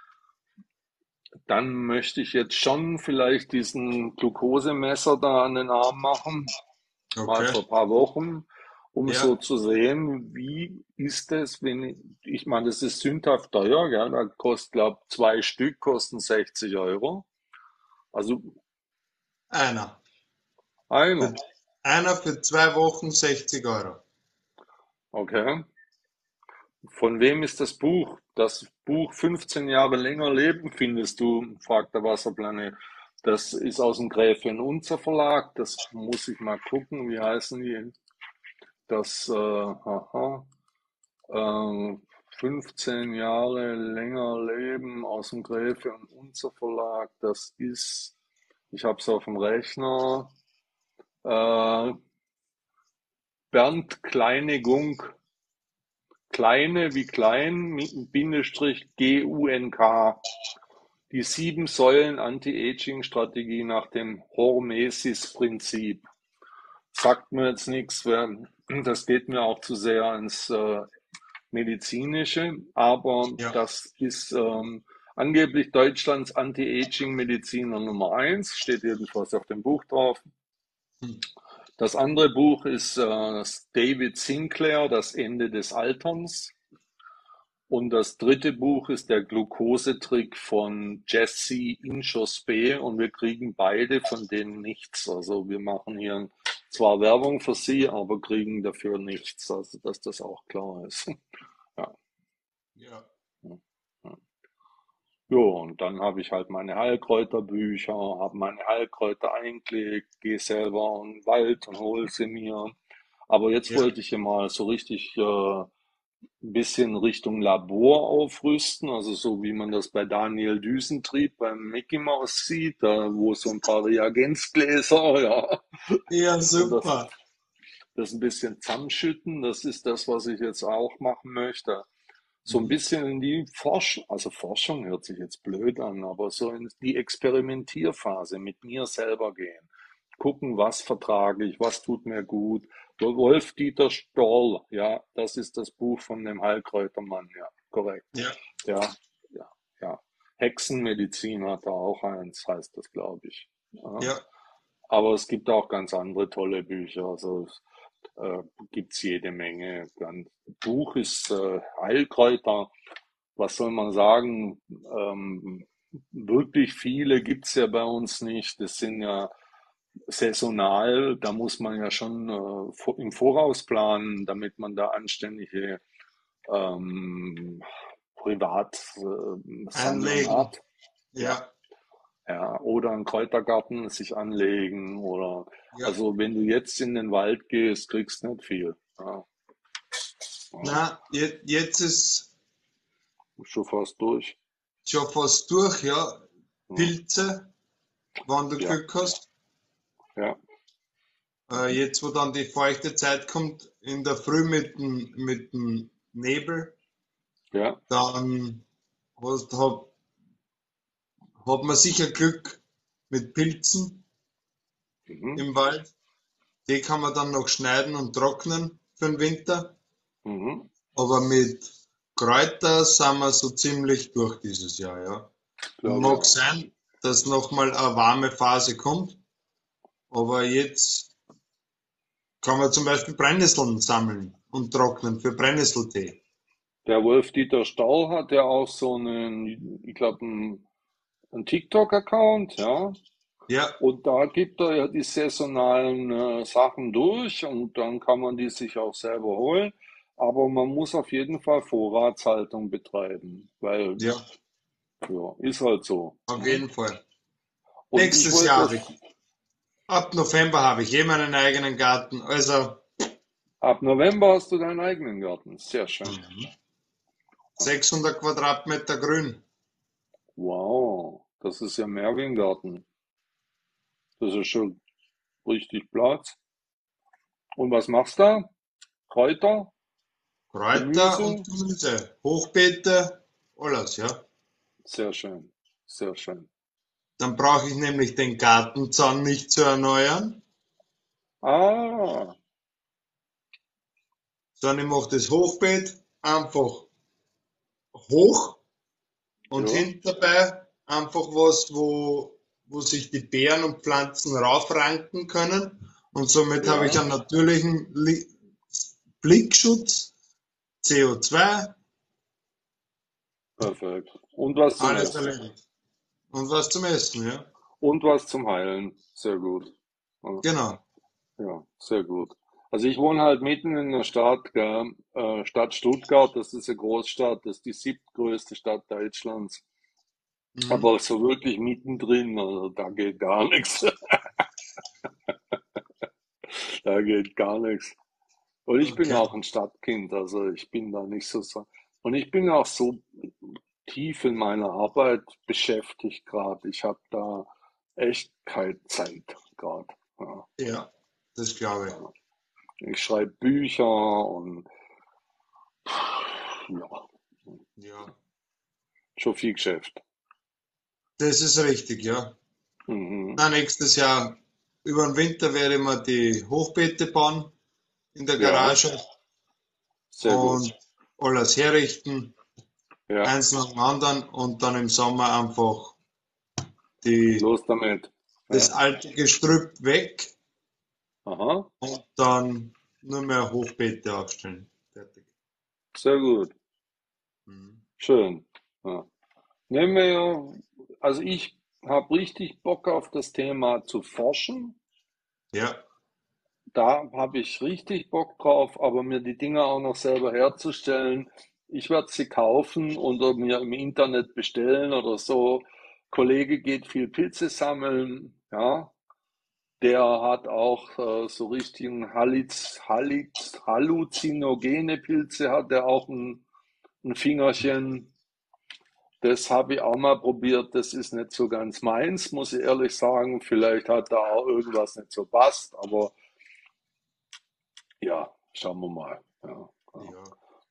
Dann möchte ich jetzt schon vielleicht diesen Glukosemesser da an den Arm machen, mal Okay. vor ein paar Wochen, um so Ja. zu sehen, wie ist es, wenn ich, ich meine, das ist sündhaft teuer, gell? Da kostet, glaube zwei Stück, kosten sechzig Euro. Also Einer. einer, Für, einer für zwei Wochen sechzig Euro. okay. Von wem ist das Buch? Das Buch fünfzehn Jahre länger leben findest du, fragt der Wasserplanet. Das ist aus dem Gräfin Unzer Verlag. Das muss ich mal gucken. Wie heißen die? Das, äh, haha, äh, fünfzehn Jahre länger leben aus dem Gräfin Unzer Verlag. Das ist, ich habe es auf dem Rechner, äh, Bernd Kleine-Gunk. Kleine wie klein, mit Bindestrich G U N K. Die sieben Säulen Anti-Aging-Strategie nach dem Hormesis-Prinzip. Sagt mir jetzt nichts, das geht mir auch zu sehr ins äh, Medizinische, aber Ja. das ist ähm, angeblich Deutschlands Anti-Aging-Mediziner Nummer eins, steht jedenfalls auf dem Buch drauf. Hm. Das andere Buch ist äh, David Sinclair, Das Ende des Alterns. Und das dritte Buch ist der Glukosetrick von Jesse Inchauspé und wir kriegen beide von denen nichts. Also wir machen hier zwar Werbung für sie, aber kriegen dafür nichts. Also dass das auch klar ist. Ja, Ja. ja, ja. Jo, und dann habe ich halt meine Heilkräuterbücher, habe meine Heilkräuter eingelegt, gehe selber in den Wald und hole sie mir. Aber jetzt Ja. wollte ich hier mal so richtig äh, ein bisschen Richtung Labor aufrüsten, also so wie man das bei Daniel Düsentrieb beim Mickey Mouse sieht, da wo so ein paar Reagenzgläser, ja, Ja, und das, super. das ein bisschen zusammenschütten, das ist das, was ich jetzt auch machen möchte. So ein Mhm. bisschen in die Forschung, also Forschung hört sich jetzt blöd an, aber so in die Experimentierphase mit mir selber gehen. Gucken, was vertrage ich, was tut mir gut. Wolf-Dieter Stoll, ja, das ist das Buch von dem Heilkräutermann, ja, korrekt. Ja. Ja, ja, ja. Hexenmedizin hat er auch eins, heißt das, glaube ich. Ja. Ja. Aber es gibt auch ganz andere tolle Bücher. Also es äh, gibt's jede Menge. Ein Buch ist äh, Heilkräuter. Was soll man sagen? Ähm, wirklich viele gibt's ja bei uns nicht. Das sind ja saisonal. Da muss man ja schon äh, vor- im Voraus planen, damit man da anständige ähm, Privatsammlung Anlegen. hat. Ja, Ja. ja, oder einen Kräutergarten sich anlegen oder Ja. also wenn du jetzt in den Wald gehst, kriegst du nicht viel. Ja, ja, Na, je- jetzt ist ist schon fast durch. schon fast durch, ja. Ja, Pilze, wenn du ja, Glück hast. ja, Äh, jetzt, wo dann die feuchte Zeit kommt, in der Früh mit dem, mit dem Nebel, ja, dann hast, hat, hat man sicher Glück mit Pilzen mhm, im Wald. Die kann man dann noch schneiden und trocknen für den Winter. mhm, Aber mit Kräuter sind wir so ziemlich durch dieses Jahr, ja. glaube ich Mag auch. sein, dass nochmal eine warme Phase kommt, aber jetzt kann man zum Beispiel Brennnesseln sammeln und trocknen für Brennnesseltee. Der Wolf-Dieter Stahl hat ja auch so einen, ich glaube, einen, einen TikTok-Account, ja. Ja, Und da gibt er ja die saisonalen äh, Sachen durch und dann kann man die sich auch selber holen. Aber man muss auf jeden Fall Vorratshaltung betreiben, weil ja, ja, ist halt so. auf Ne? jeden Fall. Und ich Nächstes wollte Jahr das, habe ich, ab November habe ich eh meinen eigenen Garten. Also ab November hast du deinen eigenen Garten. Sehr schön. mhm. sechshundert Quadratmeter Grün. Wow, das ist ja mehr wie ein Garten. Das ist schon richtig Platz. Und was machst du da? Kräuter? Kräuter und Gemüse? Gemüse. Hochbeete, alles, ja. Sehr schön, sehr schön. Dann brauche ich nämlich den Gartenzaun nicht zu erneuern, Ah, sondern ich mache das Hochbeet einfach hoch und ja, hinten dabei einfach was, wo, wo sich die Beeren und Pflanzen raufranken können. Und somit habe ich ja, einen natürlichen Li Blickschutz, C O zwei, perfekt. Und was zum alles Essen. erledigt. Und was zum Essen, ja. Und was zum Heilen. Sehr gut. Ja, Genau. ja, sehr gut. Also ich wohne halt mitten in der Stadt, gell? Äh, Stadt Stuttgart, das ist eine Großstadt, das ist die siebtgrößte Stadt Deutschlands. Mhm. Aber so wirklich mittendrin, also da geht gar nichts. Da geht gar nichts. Und ich bin Okay. auch ein Stadtkind, also ich bin da nicht so, so. Und ich bin auch so tief in meiner Arbeit beschäftigt gerade. Ich habe da echt keine Zeit gerade. Ja, Ja, das glaube ich. ja. Ich schreibe Bücher und ja, Ja, schon viel Geschäft. das ist richtig, ja. Mhm. Na, nächstes Jahr über den Winter werde ich mir die Hochbeete bauen in der Ja, Garage sehr gut. und alles herrichten, Ja, eins nach dem anderen und dann im Sommer einfach die, los damit. das Ja. alte Gestrüpp weg Aha, und dann nur mehr Hochbeete aufstellen. Fertig. sehr gut. Mhm. Schön. Ja. Nehmen wir, also ich habe richtig Bock auf das Thema zu forschen. Ja, Da habe ich richtig Bock drauf, aber mir die Dinger auch noch selber herzustellen. Ich werde sie kaufen oder mir im Internet bestellen oder so. Kollege geht viel Pilze sammeln, ja. Der hat auch äh, so richtigen Haliz, Haliz, halluzinogene Pilze, hat er auch ein, ein Fingerchen. Das habe ich auch mal probiert. Das ist nicht so ganz meins, muss ich ehrlich sagen. Vielleicht hat da auch irgendwas nicht so passt, aber ja, schauen wir mal. Ja, ja. ja.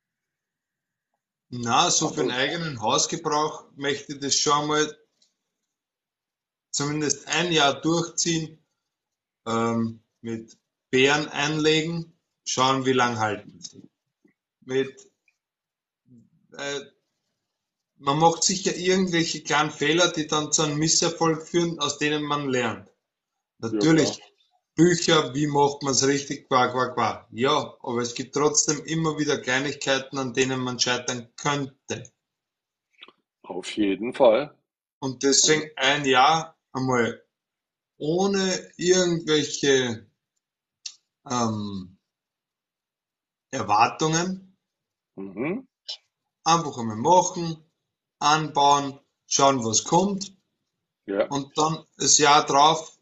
Na, so für den Aber eigenen Hausgebrauch möchte ich das schon mal zumindest ein Jahr durchziehen, ähm, mit Beeren einlegen, schauen, wie lang halten sie. Mit, äh, Man macht sicher irgendwelche kleinen Fehler, die dann zu einem Misserfolg führen, aus denen man lernt. ja klar, Natürlich, Bücher, wie macht man es richtig, qua, qua, qua. Ja, aber es gibt trotzdem immer wieder Kleinigkeiten, an denen man scheitern könnte. auf jeden Fall. Und Ja. deswegen ein Jahr einmal ohne irgendwelche ähm, Erwartungen, Mhm. einfach einmal machen, anbauen, schauen, was kommt Ja, und dann das Jahr drauf,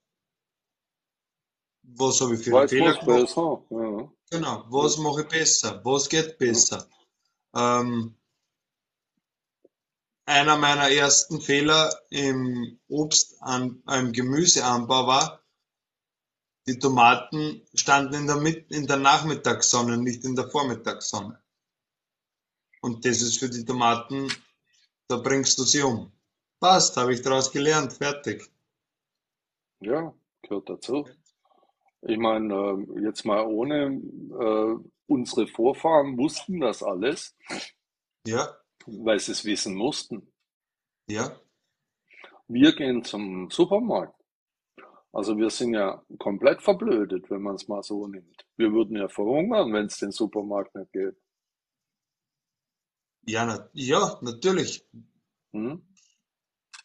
was habe ich für einen weiß Fehler was gemacht, besser. Ja, genau, ja, was mache ich besser, was geht ja. besser. Ähm, Einer meiner ersten Fehler im Obst, an, im Gemüseanbau war, die Tomaten standen in der, Mit in der Nachmittagssonne, nicht in der Vormittagssonne. Und das ist für die Tomaten, da bringst du sie um. Passt, habe ich daraus gelernt, fertig. Ja, gehört dazu. Ich meine, äh, jetzt mal ohne, äh, unsere Vorfahren wussten das alles, Ja, weil sie es wissen mussten. ja, Wir gehen zum Supermarkt. Also wir sind ja komplett verblödet, wenn man es mal so nimmt. Wir würden ja verhungern, wenn es den Supermarkt nicht gäbe. ja, na, ja, natürlich. Hm?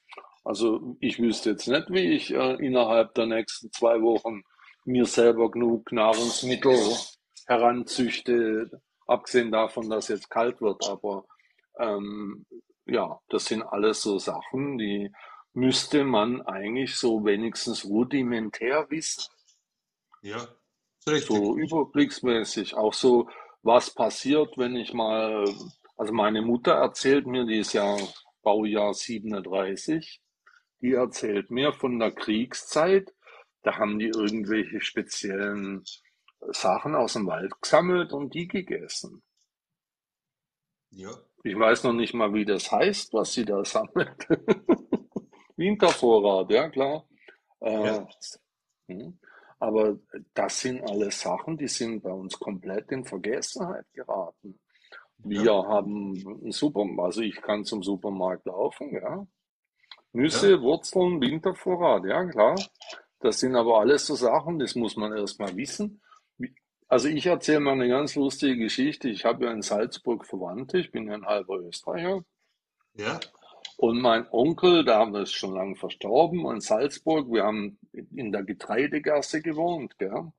Also ich wüsste jetzt nicht, wie ich äh, innerhalb der nächsten zwei Wochen mir selber genug Nahrungsmittel heranzüchte, abgesehen davon, dass jetzt kalt wird. Aber ähm, ja, das sind alles so Sachen, die müsste man eigentlich so wenigstens rudimentär wissen. Ja, ist richtig. So überblicksmäßig, auch so, was passiert, wenn ich mal, also meine Mutter erzählt mir, die ist ja Baujahr siebenunddreißig, die erzählt mir von der Kriegszeit, da haben die irgendwelche speziellen Sachen aus dem Wald gesammelt und die gegessen. Ja, Ich weiß noch nicht mal, wie das heißt, was sie da sammelt. Wintervorrat, ja klar. Äh, ja, hm. Aber das sind alles Sachen, die sind bei uns komplett in Vergessenheit geraten. Wir ja, haben einen Supermarkt, also ich kann zum Supermarkt laufen, ja. ja. Nüsse, Wurzeln, Wintervorrat, ja klar. Das sind aber alles so Sachen, das muss man erst mal wissen. Wie- Also ich erzähle mal eine ganz lustige Geschichte. Ich habe ja in Salzburg Verwandte, ich bin ja ein halber Österreicher. Ja. Und mein Onkel, der ist schon lange verstorben, in Salzburg, wir haben in der Getreidegasse gewohnt, gell?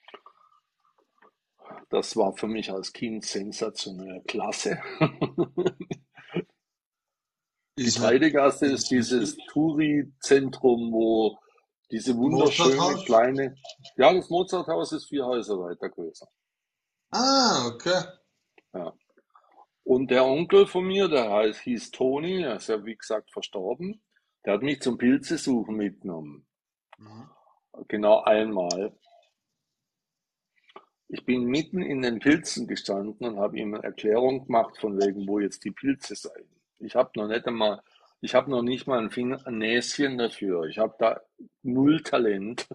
Das war für mich als Kind sensationell klasse. Ist nicht Getreidegasse ist das dieses Wichtig. Touri-Zentrum, wo diese wunderschöne Mozarthaus? kleine, ja, das Mozarthaus ist vier Häuser weiter größer. Ah, okay. Ja. Und der Onkel von mir, der heißt, hieß Toni, er ist ja wie gesagt verstorben, der hat mich zum Pilzesuchen mitgenommen. Mhm. Genau einmal. Ich bin mitten in den Pilzen gestanden und habe ihm eine Erklärung gemacht, von wegen, wo jetzt die Pilze seien. Ich habe noch nicht einmal, ich habe noch nicht mal ein Finger, ein Näschen dafür. Ich habe da null Talent.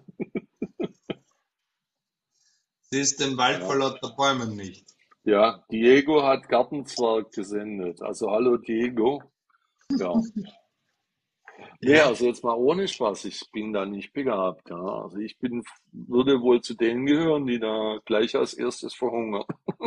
Siehst den Wald vor Ja, lauter Bäumen nicht. ja, Diego hat Gartenzwerg gesendet. Also hallo Diego. Ja, nee, Ja, also jetzt mal ohne Spaß. Ich bin da nicht begabt. Ja, also ich bin, würde wohl zu denen gehören, die da gleich als erstes verhungern.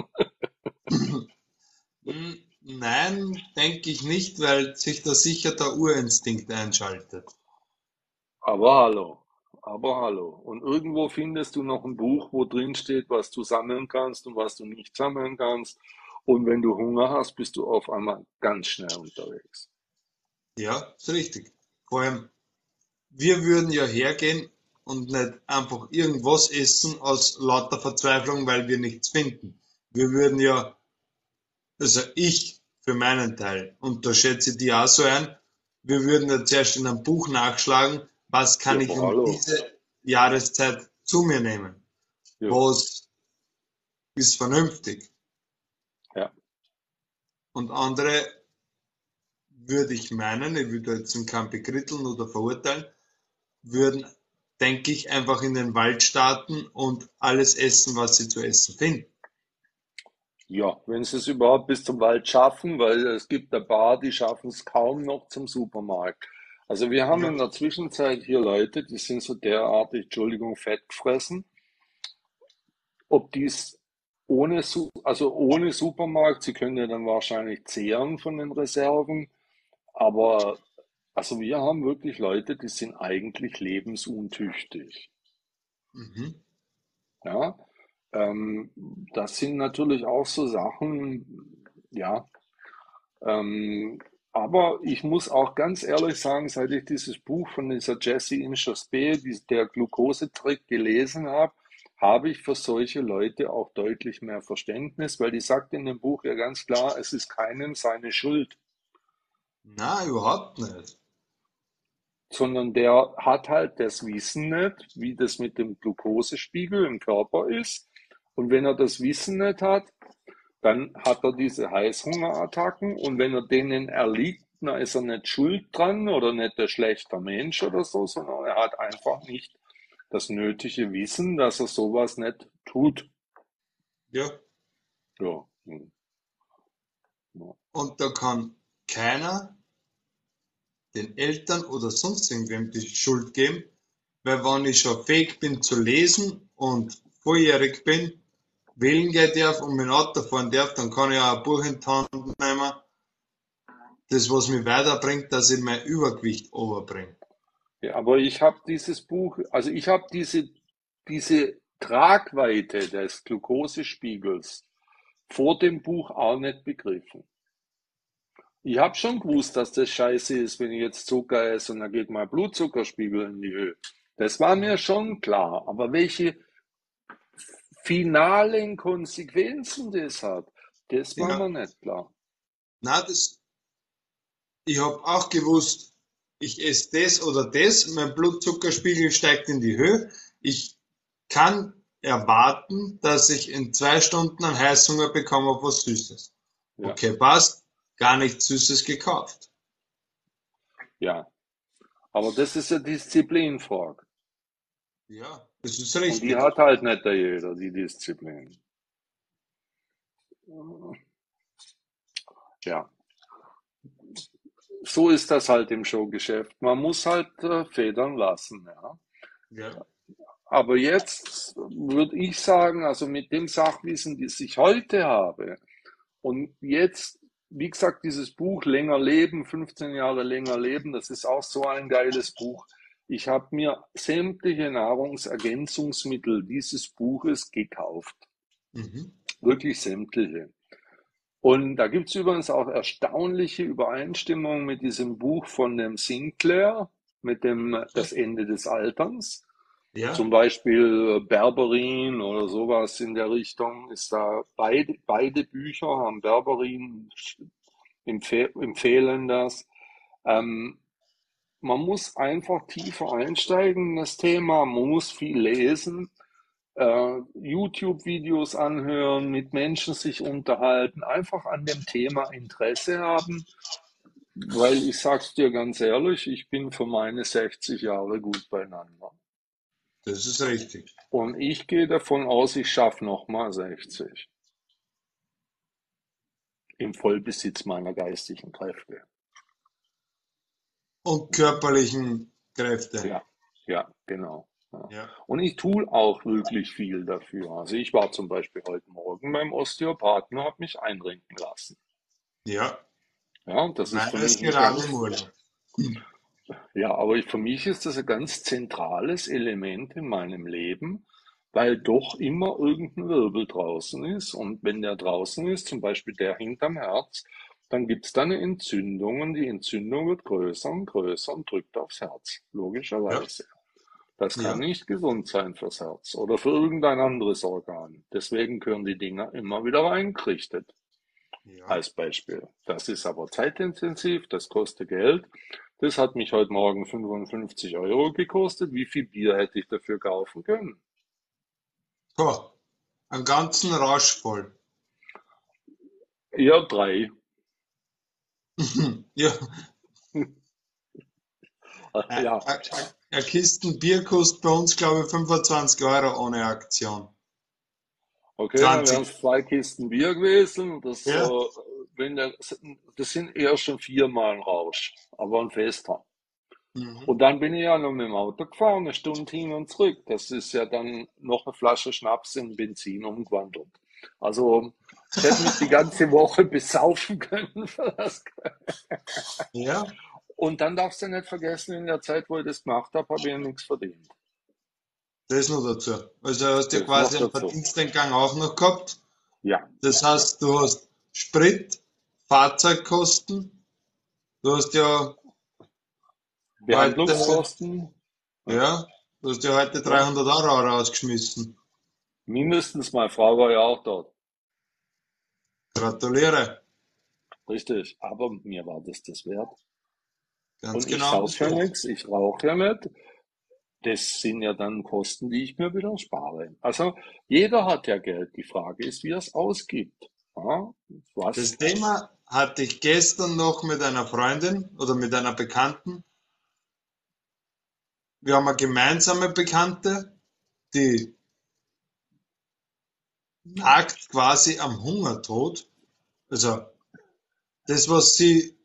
Hm, nein, denke ich nicht, weil sich da sicher der Urinstinkt einschaltet. Aber hallo, aber hallo. Und irgendwo findest du noch ein Buch, wo drin steht, was du sammeln kannst und was du nicht sammeln kannst. Und wenn du Hunger hast, bist du auf einmal ganz schnell unterwegs. Ja, ist richtig. Vor allem, wir würden ja hergehen und nicht einfach irgendwas essen aus lauter Verzweiflung, weil wir nichts finden. Wir würden ja, also ich für meinen Teil, und da schätze ich die auch so ein, wir würden ja zuerst in einem Buch nachschlagen, was Ja, kann ich aber um hallo. diese Jahreszeit zu mir nehmen? Ja, Was ist vernünftig? ja. Und andere würde ich meinen, ich würde jetzt keinen bekritteln oder verurteilen, würden, denke ich, einfach in den Wald starten und alles essen, was sie zu essen finden. Ja, wenn sie es überhaupt bis zum Wald schaffen, weil es gibt ein paar, die schaffen es kaum noch zum Supermarkt. Also wir haben Ja, in der Zwischenzeit hier Leute, die sind so derartig, Entschuldigung, fett gefressen. Ob dies ohne, Su- also ohne Supermarkt, sie können ja dann wahrscheinlich zehren von den Reserven, aber also wir haben wirklich Leute, die sind eigentlich lebensuntüchtig. mhm. Ja, ähm, das sind natürlich auch so Sachen, ja, ähm, aber ich muss auch ganz ehrlich sagen, seit ich dieses Buch von dieser Jessie Inchauspé, die, der Glukosetrick gelesen habe, habe ich für solche Leute auch deutlich mehr Verständnis, weil die sagt in dem Buch ja ganz klar, es ist keinem seine Schuld, Na, überhaupt nicht. sondern der hat halt das Wissen nicht, wie das mit dem Glukosespiegel im Körper ist. Und wenn er das Wissen nicht hat, dann hat er diese Heißhungerattacken und wenn er denen erliegt, dann ist er nicht schuld dran oder nicht der schlechter Mensch oder so, sondern er hat einfach nicht das nötige Wissen, dass er sowas nicht tut. Ja, Ja, hm, ja. und da kann keiner den Eltern oder sonst irgendwem die Schuld geben, weil wenn ich schon fähig bin zu lesen und volljährig bin, wählen gehen darf und mit dem Auto fahren darf, dann kann ich auch ein Buch in die Hand nehmen das, was mich weiterbringt, dass ich mein Übergewicht overbringe. Ja, aber ich habe dieses Buch, also ich habe diese, diese Tragweite des Glukosespiegels vor dem Buch auch nicht begriffen. Ich habe schon gewusst, dass das scheiße ist, wenn ich jetzt Zucker esse und dann geht mein Blutzuckerspiegel in die Höhe. Das war mir schon klar. Aber welche finalen Konsequenzen das hat, das war Ja, mir nicht klar. na, das, ich habe auch gewusst, ich esse das oder das, mein Blutzuckerspiegel steigt in die Höhe. Ich kann erwarten, dass ich in zwei Stunden einen Heißhunger bekomme auf was Süßes. Ja, Okay, passt. Gar nichts Süßes gekauft. ja. Aber das ist eine Disziplinfrage. Ja, das ist Und die richtig. hat halt nicht der jeder, die Disziplin. Ja, so ist das halt im Showgeschäft. Man muss halt äh, federn lassen, ja. Ja. Aber jetzt würde ich sagen, also mit dem Sachwissen, das ich heute habe und jetzt, wie gesagt, dieses Buch Länger leben, fünfzehn Jahre länger leben, das ist auch so ein geiles Buch. Ich habe mir sämtliche Nahrungsergänzungsmittel dieses Buches gekauft. Mhm. Wirklich sämtliche. Und da gibt es übrigens auch erstaunliche Übereinstimmungen mit diesem Buch von dem Sinclair, mit dem Das Ende des Alterns. Zum Ja, Beispiel Berberin oder sowas in der Richtung ist da beide, beide Bücher haben Berberin empfe empfehlen das. Ähm, Man muss einfach tiefer einsteigen in das Thema, man muss viel lesen, äh, YouTube-Videos anhören, mit Menschen sich unterhalten, einfach an dem Thema Interesse haben, weil ich sag's dir ganz ehrlich, ich bin für meine sechzig Jahre gut beieinander. das ist richtig. Und ich gehe davon aus, ich schaffe nochmal sechzig im Vollbesitz meiner geistigen Kräfte. Und körperlichen Kräfte. Ja, ja, genau. Ja. Ja, Und ich tue auch wirklich viel dafür. Also ich war zum Beispiel heute Morgen beim Osteopathen und habe mich einrenken lassen. ja. Ja, und das ist für Meiner ist mich ein gerade im ganz, Urlaub. Hm. ja, aber für mich ist das ein ganz zentrales Element in meinem Leben, weil doch immer irgendein Wirbel draußen ist. Und wenn der draußen ist, zum Beispiel der hinterm Herz, dann gibt es da eine Entzündung und die Entzündung wird größer und größer und drückt aufs Herz, Ja, logischerweise. Das kann ja, nicht gesund sein fürs Herz oder für irgendein anderes Organ. Deswegen gehören die Dinger immer wieder reingerichtet. ja. Als Beispiel. Das ist aber zeitintensiv, das kostet Geld. Das hat mich heute Morgen fünfundfünfzig Euro gekostet. Wie viel Bier hätte ich dafür kaufen können? So, einen ganzen Rausch voll. Eher drei. Ja, eine Ja, eine Kisten Bier kostet bei uns, glaube ich, fünfundzwanzig Euro ohne Aktion. okay, dann wären zwanzig. es zwei Kisten Bier gewesen. Das, Ja. äh, wenn der, das sind eher schon viermal ein Rausch, aber ein fester. Mhm. Und dann bin ich ja noch mit dem Auto gefahren, eine Stunde hin und zurück. Das ist ja dann noch eine Flasche Schnaps in Benzin umgewandelt. Also, ich hätte mich die ganze Woche besaufen können für das. Ja, Und dann darfst du nicht vergessen, in der Zeit, wo ich das gemacht habe, habe ich ja nichts verdient. das noch dazu. Also hast du ja Das noch quasi einen dazu. Verdiensteingang auch noch gehabt. Ja, Das heißt, du hast Sprit, Fahrzeugkosten, du hast ja heute, Behandlungskosten, ja. ja, du hast ja heute Ja. dreihundert Euro rausgeschmissen. Mindestens, meine Frau war ja auch dort. Gratuliere. Richtig. Aber mir war das das wert. Ganz Und ich genau saufe ja so. nichts, ich rauche ja nicht. Das sind ja dann Kosten, die ich mir wieder spare. Also jeder hat ja Geld. Die Frage ist, wie er es ausgibt. Ja, Das was? Thema hatte ich gestern noch mit einer Freundin oder mit einer Bekannten. Wir haben eine gemeinsame Bekannte, die nagt quasi am Hungertod. Also das, was sie,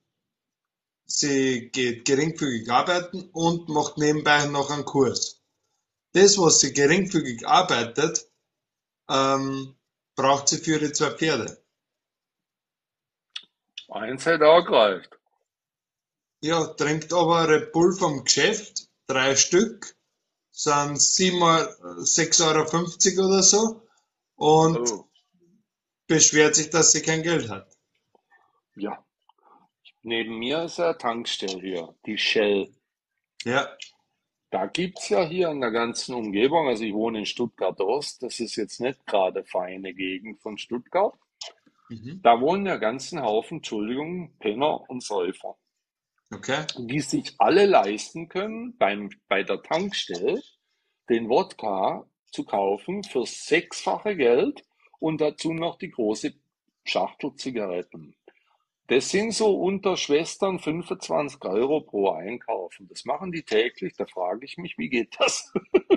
sie geht geringfügig arbeiten und macht nebenbei noch einen Kurs. Das, was sie geringfügig arbeitet, ähm, braucht sie für ihre zwei Pferde. Eins hätte auch gereicht. Ja, trinkt aber Red Bull vom Geschäft, drei Stück, sind sieben, sechs Euro fünfzig oder so und Oh, beschwert sich, dass sie kein Geld hat. ja. Neben mir ist ja Tankstelle hier, die Shell. Ja, Da gibt's ja hier in der ganzen Umgebung, also ich wohne in Stuttgart-Ost, das ist jetzt nicht gerade feine Gegend von Stuttgart. mhm. Da wohnen ja ganzen Haufen, Entschuldigung, Penner und Säufer, Okay. die sich alle leisten können, beim, bei der Tankstelle den Wodka zu kaufen für sechsfache Geld und dazu noch die große Schachtel Zigaretten. Das sind so unter Schwestern fünfundzwanzig Euro pro Einkauf. Und das machen die täglich. Da frage ich mich, wie geht das?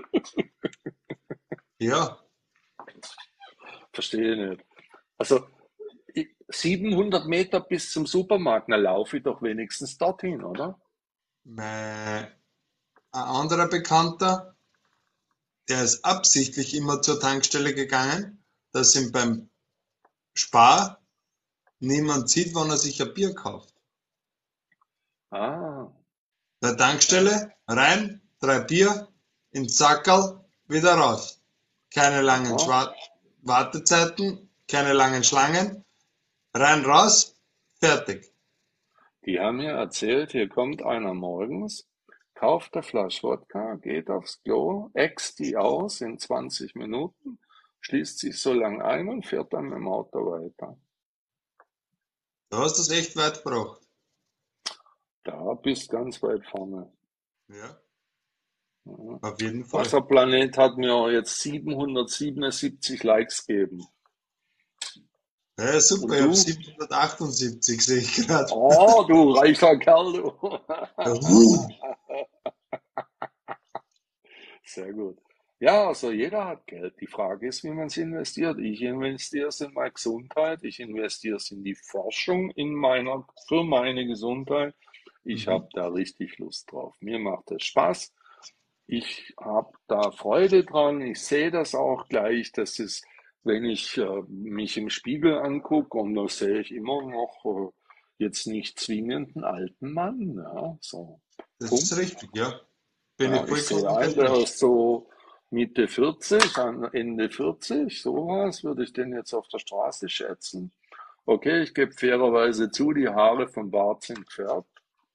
Ja, Verstehe nicht. Also ich- siebenhundert Meter bis zum Supermarkt, na laufe ich doch wenigstens dorthin, oder? mein, ein anderer Bekannter, der ist absichtlich immer zur Tankstelle gegangen, dass ihm beim Spar niemand sieht, wann er sich ein Bier kauft. Ah, Bei der ja. Tankstelle rein, drei Bier, ins Sackerl, wieder raus. Keine langen Aha. Schwa Wartezeiten, keine langen Schlangen, rein, raus, fertig. Die haben mir erzählt, hier kommt einer morgens, kauft eine Flasche Wodka, geht aufs Klo, äxt die aus in zwanzig Minuten, schließt sich so lang ein und fährt dann mit dem Auto weiter. Du hast das echt weit gebracht. Da bist ganz weit vorne. Ja, Ja. auf jeden Fall. Wasserplanet hat mir jetzt siebenhundertsiebenundsiebzig Likes gegeben. Ja, super, Und ich habe du? siebenhundertachtundsiebzig, sehe ich gerade. Oh, du reicher Kerl, du. Sehr gut. Ja, also jeder hat Geld. Die Frage ist, wie man es investiert. Ich investiere es in meine Gesundheit. Ich investiere es in die Forschung in meiner, für meine Gesundheit. Ich Mhm. habe da richtig Lust drauf. Mir macht es Spaß. Ich habe da Freude dran. Ich sehe das auch gleich. Das ist, wenn ich äh, mich im Spiegel angucke, und da sehe ich immer noch äh, jetzt nicht zwingend einen alten Mann. Ja, so. Das ist Punkt. richtig, ja. Bin Ja, ich ich sehe vollkommen bei ein, der dir. ist so Mitte vierzig, an Ende vierzig, sowas würde ich den jetzt auf der Straße schätzen. Okay, ich gebe fairerweise zu, die Haare vom Bart sind gefärbt.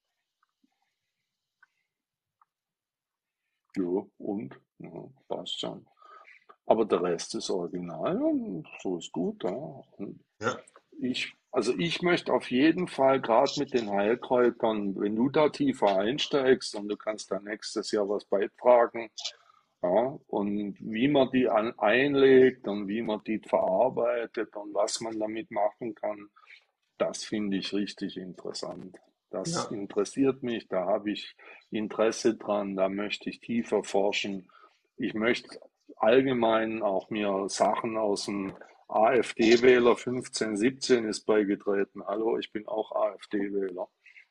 Jo, und? Ja, passt schon. Aber der Rest ist original und so ist gut. Ja. Und Ja. ich, also ich möchte auf jeden Fall gerade mit den Heilkräutern, wenn du da tiefer einsteigst und du kannst da nächstes Jahr was beitragen, ja, und wie man die an, einlegt und wie man die verarbeitet und was man damit machen kann, das finde ich richtig interessant. Das Ja. interessiert mich, da habe ich Interesse dran, da möchte ich tiefer forschen. Ich möchte allgemein auch mir Sachen aus dem AfD-Wähler fünfzehn, siebzehn ist beigetreten. Hallo, ich bin auch AfD-Wähler.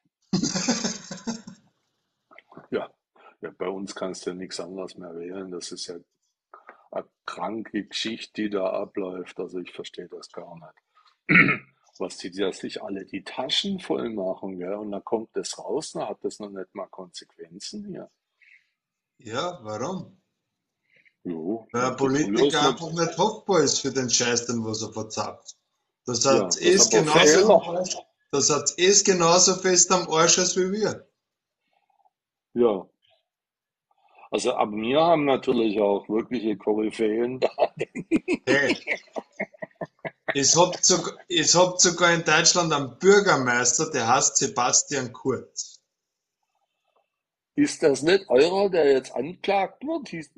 Ja, ja, bei uns kannst du ja nichts anderes mehr wählen. Das ist ja eine kranke Geschichte, die da abläuft. Also ich verstehe das gar nicht. Was die ja sich alle die Taschen voll machen, gell? Und dann kommt das raus, dann hat das noch nicht mal Konsequenzen hier. Ja, warum? Jo, Weil ein die früher ist Politiker man, einfach nicht hoffbar ist für den Scheiß, den was er verzapft. Das hat ja, das ist es aber genauso am Fehler. Arsch. Das hat es genauso fest am Arsch als wie wir. Ja, also aber wir haben natürlich auch wirkliche Koryphäen da. Hey, es habt sogar, es habt sogar in Deutschland einen Bürgermeister, der heißt Sebastian Kurz. Ist das nicht eurer, der jetzt anklagt wird? Hieß,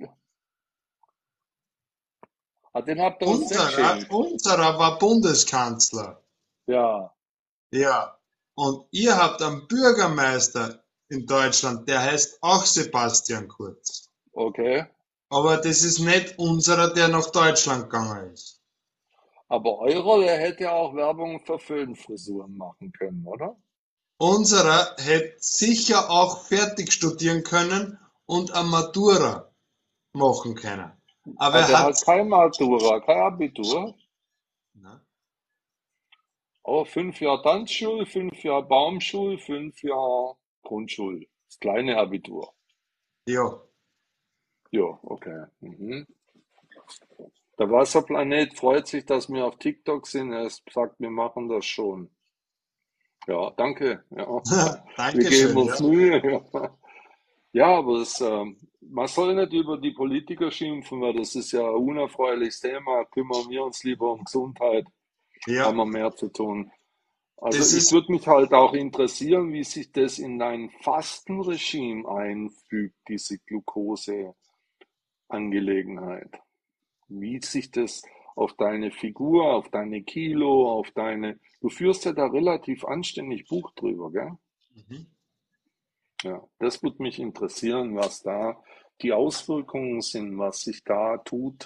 ah, den habt ihr uns nicht Unserer, geschenkt. unserer war Bundeskanzler. Ja, Ja. Und ihr habt einen Bürgermeister in Deutschland, der heißt auch Sebastian Kurz. okay. Aber das ist nicht unserer, der nach Deutschland gegangen ist. Aber eurer, der hätte ja auch Werbung für Föhnfrisuren machen können, oder? Unserer hätte sicher auch fertig studieren können und eine Matura machen können. Aber Ah, er der hat, hat kein Matura, kein Abitur. na, Oh, fünf Jahre Tanzschule, fünf Jahre Baumschule, fünf Jahre Grundschule. Das kleine Abitur. Ja, Ja, okay. Mhm. Der Wasserplanet freut sich, dass wir auf TikTok sind. Er sagt, wir machen das schon. Ja, danke. Ja, wir geben Dankeschön, uns ja. Mühe. Ja, ja aber es, ähm, man soll nicht über die Politiker schimpfen, weil das ist ja ein unerfreuliches Thema. Kümmern wir uns lieber um Gesundheit, haben Ja, wir mehr zu tun. Also das ich ist, würde mich halt auch interessieren, wie sich das in dein Fastenregime einfügt, diese Glukoseangelegenheit. Wie sich das auf deine Figur, auf deine Kilo, auf deine... Du führst ja da relativ anständig Buch drüber, gell? mhm. Ja, das würde mich interessieren, was da die Auswirkungen sind, was sich da tut.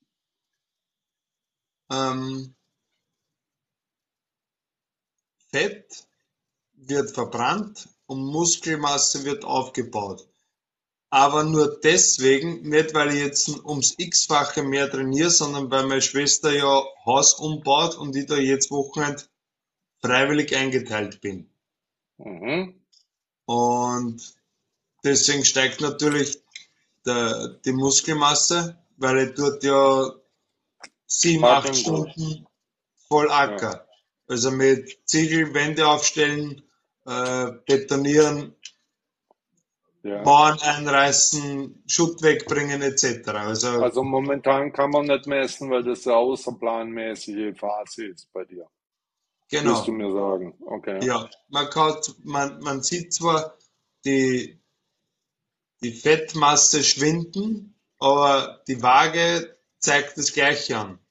Ähm, Fett wird verbrannt und Muskelmasse wird aufgebaut. Aber nur deswegen, nicht weil ich jetzt ums X-fache mehr trainiere, sondern weil meine Schwester ja Haus umbaut und ich da jetzt Wochenende freiwillig eingeteilt bin. Mhm. Und deswegen steigt natürlich der, die Muskelmasse, weil ich dort ja sieben, acht Paddeln tust. Stunden voll Ja, Acker. Also mit Ziegel Wände aufstellen, äh, betonieren, ja. Mauern einreißen, Schutt wegbringen et cetera. Also Also momentan kann man nicht messen, weil das eine außerplanmäßige Phase ist bei dir. Willst du genau. mir sagen? Okay. Ja, man kann, man, man sieht zwar die, die Fettmasse schwinden, aber die Waage zeigt das Gleiche an.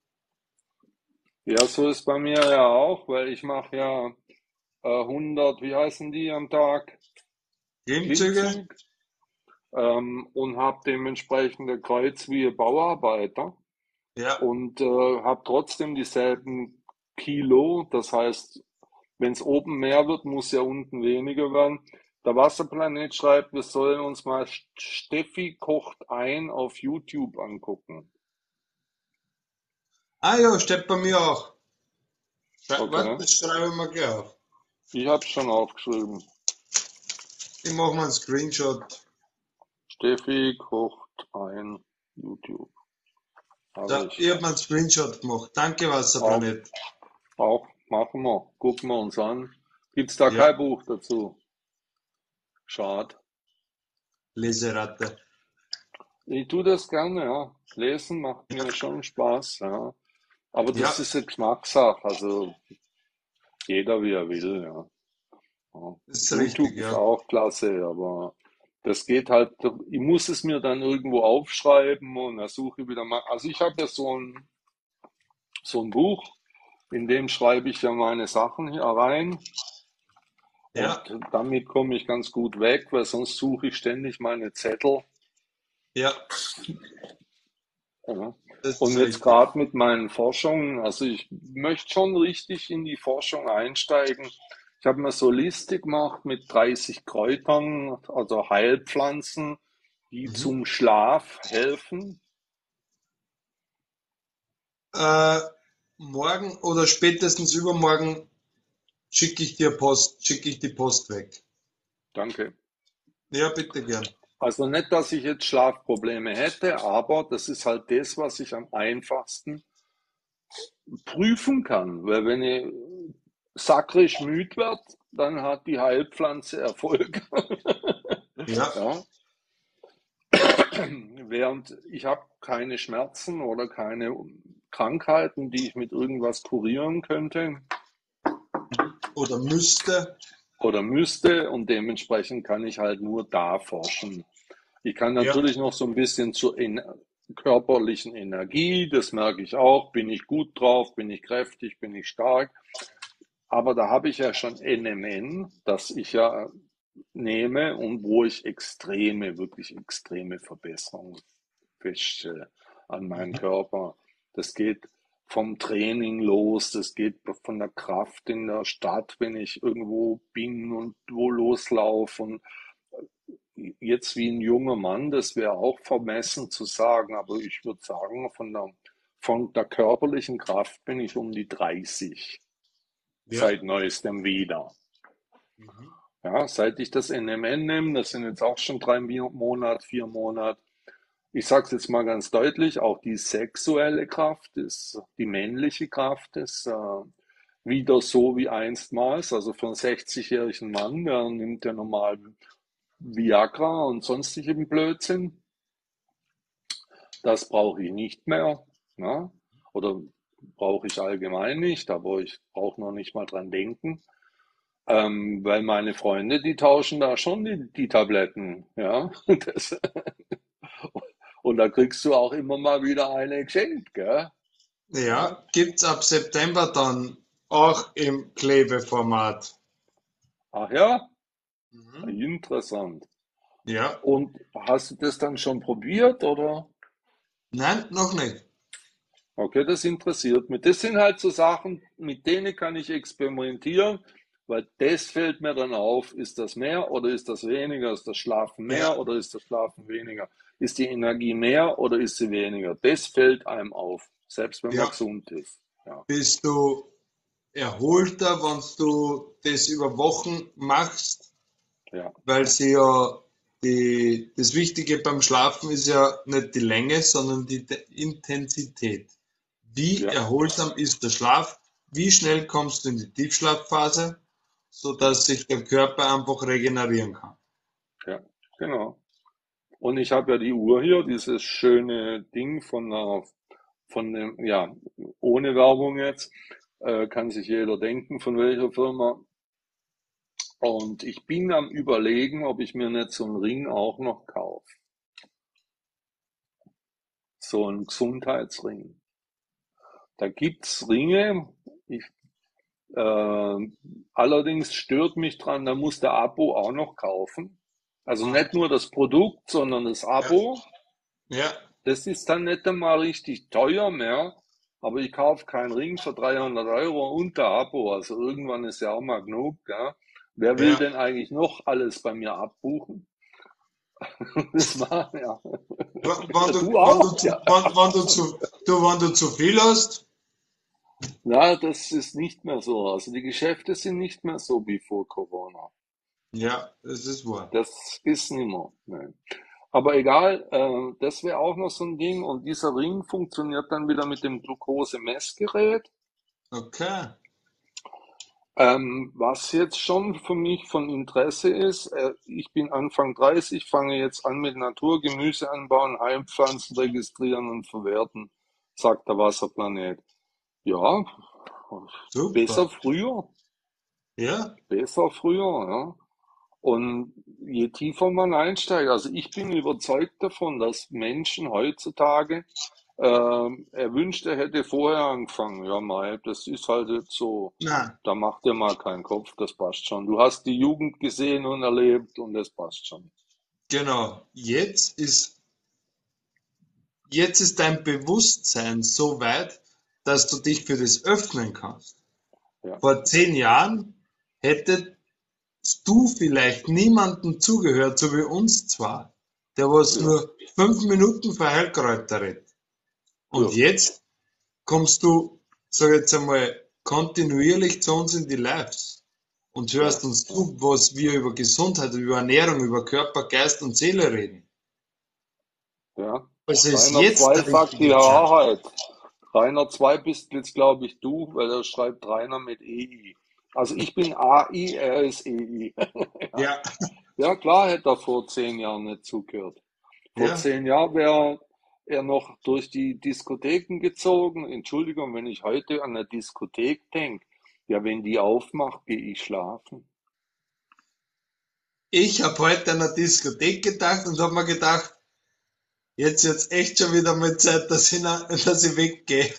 Ja, so ist bei mir ja auch, weil ich mache ja äh, hundert, wie heißen die am Tag? Klimmzüge? Klimmzüge ähm, und habe dementsprechende Kreuz wie ein Bauarbeiter Ja. und äh, habe trotzdem dieselben Kilo. Das heißt, wenn es oben mehr wird, muss ja unten weniger werden. Der Wasserplanet schreibt, wir sollen uns mal Steffi kocht ein auf YouTube angucken. Ah ja, steht bei mir auch. Schrei- Warte, Okay, das schreibe ich mir gleich auf. ich habe schon aufgeschrieben. Ich mache mal einen Screenshot. Steffi kocht ein YouTube. So, Habe ich ich habe mal einen Screenshot gemacht. Danke, auch, Wasserplanet. auch machen wir. Gucken wir uns an. Gibt's da Ja, kein Buch dazu? Schade. Leseratte. Ich tue das gerne, ja. Lesen macht Ja, mir schon Spaß, ja. Aber ja, das ist eine Geschmackssache, also jeder wie er will, ja. Ja. das ist richtig, YouTube ist ja. auch klasse, aber das geht halt, ich muss es mir dann irgendwo aufschreiben und dann suche ich wieder mal. Also ich habe ja so ein, so ein Buch, in dem schreibe ich ja meine Sachen hier rein Ja, und damit komme ich ganz gut weg, weil sonst suche ich ständig meine Zettel. ja, Ja. das ist Und jetzt richtig. gerade mit meinen Forschungen, also ich möchte schon richtig in die Forschung einsteigen. Ich habe mir so eine Liste gemacht mit dreißig Kräutern, also Heilpflanzen, die Mhm. zum Schlaf helfen. Äh, morgen oder spätestens übermorgen schicke ich dir Post, schicke ich die Post weg. Danke. Ja, bitte gern. Also nicht, dass ich jetzt Schlafprobleme hätte, aber das ist halt das, was ich am einfachsten prüfen kann. Weil wenn ich sakrisch müde werde, dann hat die Heilpflanze Erfolg. Ja, Ja, während ich habe keine Schmerzen oder keine Krankheiten, die ich mit irgendwas kurieren könnte oder müsste. oder müsste und dementsprechend kann ich halt nur da forschen. Ich kann Ja, natürlich noch so ein bisschen zur en körperlichen Energie, das merke ich auch, bin ich gut drauf, bin ich kräftig, bin ich stark, aber da habe ich ja schon N M N, das ich ja nehme und wo ich extreme, wirklich extreme Verbesserungen feststelle an meinem mhm. Körper. Das geht vom Training los, das geht von der Kraft in der Stadt, wenn ich irgendwo bin und wo loslaufe. Und jetzt wie ein junger Mann, das wäre auch vermessen zu sagen, aber ich würde sagen, von der, von der körperlichen Kraft bin ich um die dreißig. Ja. seit neuestem wieder. Mhm. Ja, seit ich das N M N nehme, das sind jetzt auch schon drei Monate, vier Monate. Ich sage es jetzt mal ganz deutlich, auch die sexuelle Kraft ist, die männliche Kraft ist äh, wieder so wie einstmals. Also für einen sechzigjährigen Mann, der nimmt ja normal Viagra und sonstigen Blödsinn. Das brauche ich nicht mehr. Ne? Oder brauche ich allgemein nicht, aber ich brauche noch nicht mal dran denken. Ähm, weil meine Freunde, die tauschen da schon die, die Tabletten, ja. Das, und da kriegst du auch immer mal wieder eine geschenkt, gell? Ja. Ja, gibt's ab September dann auch im Klebeformat. Ach ja, Mhm. interessant. Ja, Und hast du das dann schon probiert, oder? nein, noch nicht. Okay, das interessiert mich. Das sind halt so Sachen, mit denen kann ich experimentieren, weil das fällt mir dann auf. Ist das mehr oder ist das weniger? Ist das Schlafen mehr Ja, oder ist das Schlafen weniger? Ist die Energie mehr oder ist sie weniger? Das fällt einem auf, selbst wenn man ja. gesund ist. Ja, Bist du erholter, wenn du das über Wochen machst, ja, weil sie ja die, das Wichtige beim Schlafen ist ja nicht die Länge, sondern die De- Intensität. Wie ja, erholsam ist der Schlaf? Wie schnell kommst du in die Tiefschlafphase, ja, sodass sich der Körper einfach regenerieren kann? ja, genau. Und ich habe ja die Uhr hier, dieses schöne Ding von einer, von dem, ja, ohne Werbung jetzt, äh, kann sich jeder denken, von welcher Firma. Und ich bin am Überlegen, ob ich mir nicht so einen Ring auch noch kaufe. So einen Gesundheitsring. Da gibt's Ringe. Ich, äh, allerdings stört mich dran, da muss der Abo auch noch kaufen. Also Ah, nicht nur das Produkt, sondern das ja, Abo. ja, Das ist dann nicht einmal richtig teuer mehr. Aber ich kaufe keinen Ring für dreihundert Euro und der Abo. Also irgendwann ist ja auch mal genug. Gell? Wer will ja. denn eigentlich noch alles bei mir abbuchen? Das war, ja. Wenn wenn Ja, du, du wenn du, auch, zu, ja. wenn, wenn du zu, du, wenn du zu viel hast, Na, das ist nicht mehr so. Also die Geschäfte sind nicht mehr so wie vor Corona. ja, das ist wahr. Das ist nicht mehr. Nein. Aber egal, äh, das wäre auch noch so ein Ding. Und dieser Ring funktioniert dann wieder mit dem Glucose-Messgerät. Okay. Ähm, was jetzt schon für mich von Interesse ist, äh, ich bin Anfang dreißig, fange jetzt an mit Naturgemüse anbauen, Heilpflanzen registrieren und verwerten, sagt der Wasserplanet. Ja, besser Super. früher, Ja, besser früher, ja. Und je tiefer man einsteigt, also ich bin überzeugt davon, dass Menschen heutzutage, ähm, er wünscht, er hätte vorher angefangen. Ja, Mai, das ist halt jetzt so. nein, Da macht dir mal keinen Kopf, das passt schon. Du hast die Jugend gesehen und erlebt und das passt schon. genau. Jetzt ist, jetzt ist dein Bewusstsein so weit, dass du dich für das öffnen kannst. Ja, Vor zehn Jahren hättest du vielleicht niemandem zugehört, so wie uns zwar, der was ja, nur fünf Minuten für Heilkräuter redet. Und ja, jetzt kommst du, sag ich jetzt einmal, kontinuierlich zu uns in die Lives und ja, hörst uns ja. zu, was wir über Gesundheit, über Ernährung, über Körper, Geist und Seele reden. Ja. Also ist Rainer jetzt zwei der sagt die richtige Zeitpunkt. Wahrheit. Rainer zwei bist jetzt, glaube ich, du, weil er schreibt Rainer mit E I. Also ich bin A I, er ist E I. Ja. Ja, Ja, klar hätte er vor zehn Jahren nicht zugehört. Vor ja. zehn Jahren wäre er noch durch die Diskotheken gezogen. Entschuldigung, wenn ich heute an eine Diskothek denke, ja, wenn die aufmacht, gehe ich schlafen. Ich habe heute an einer Diskothek gedacht und habe mir gedacht, jetzt wird's echt schon wieder mal Zeit, dass ich, na, dass ich weggehe.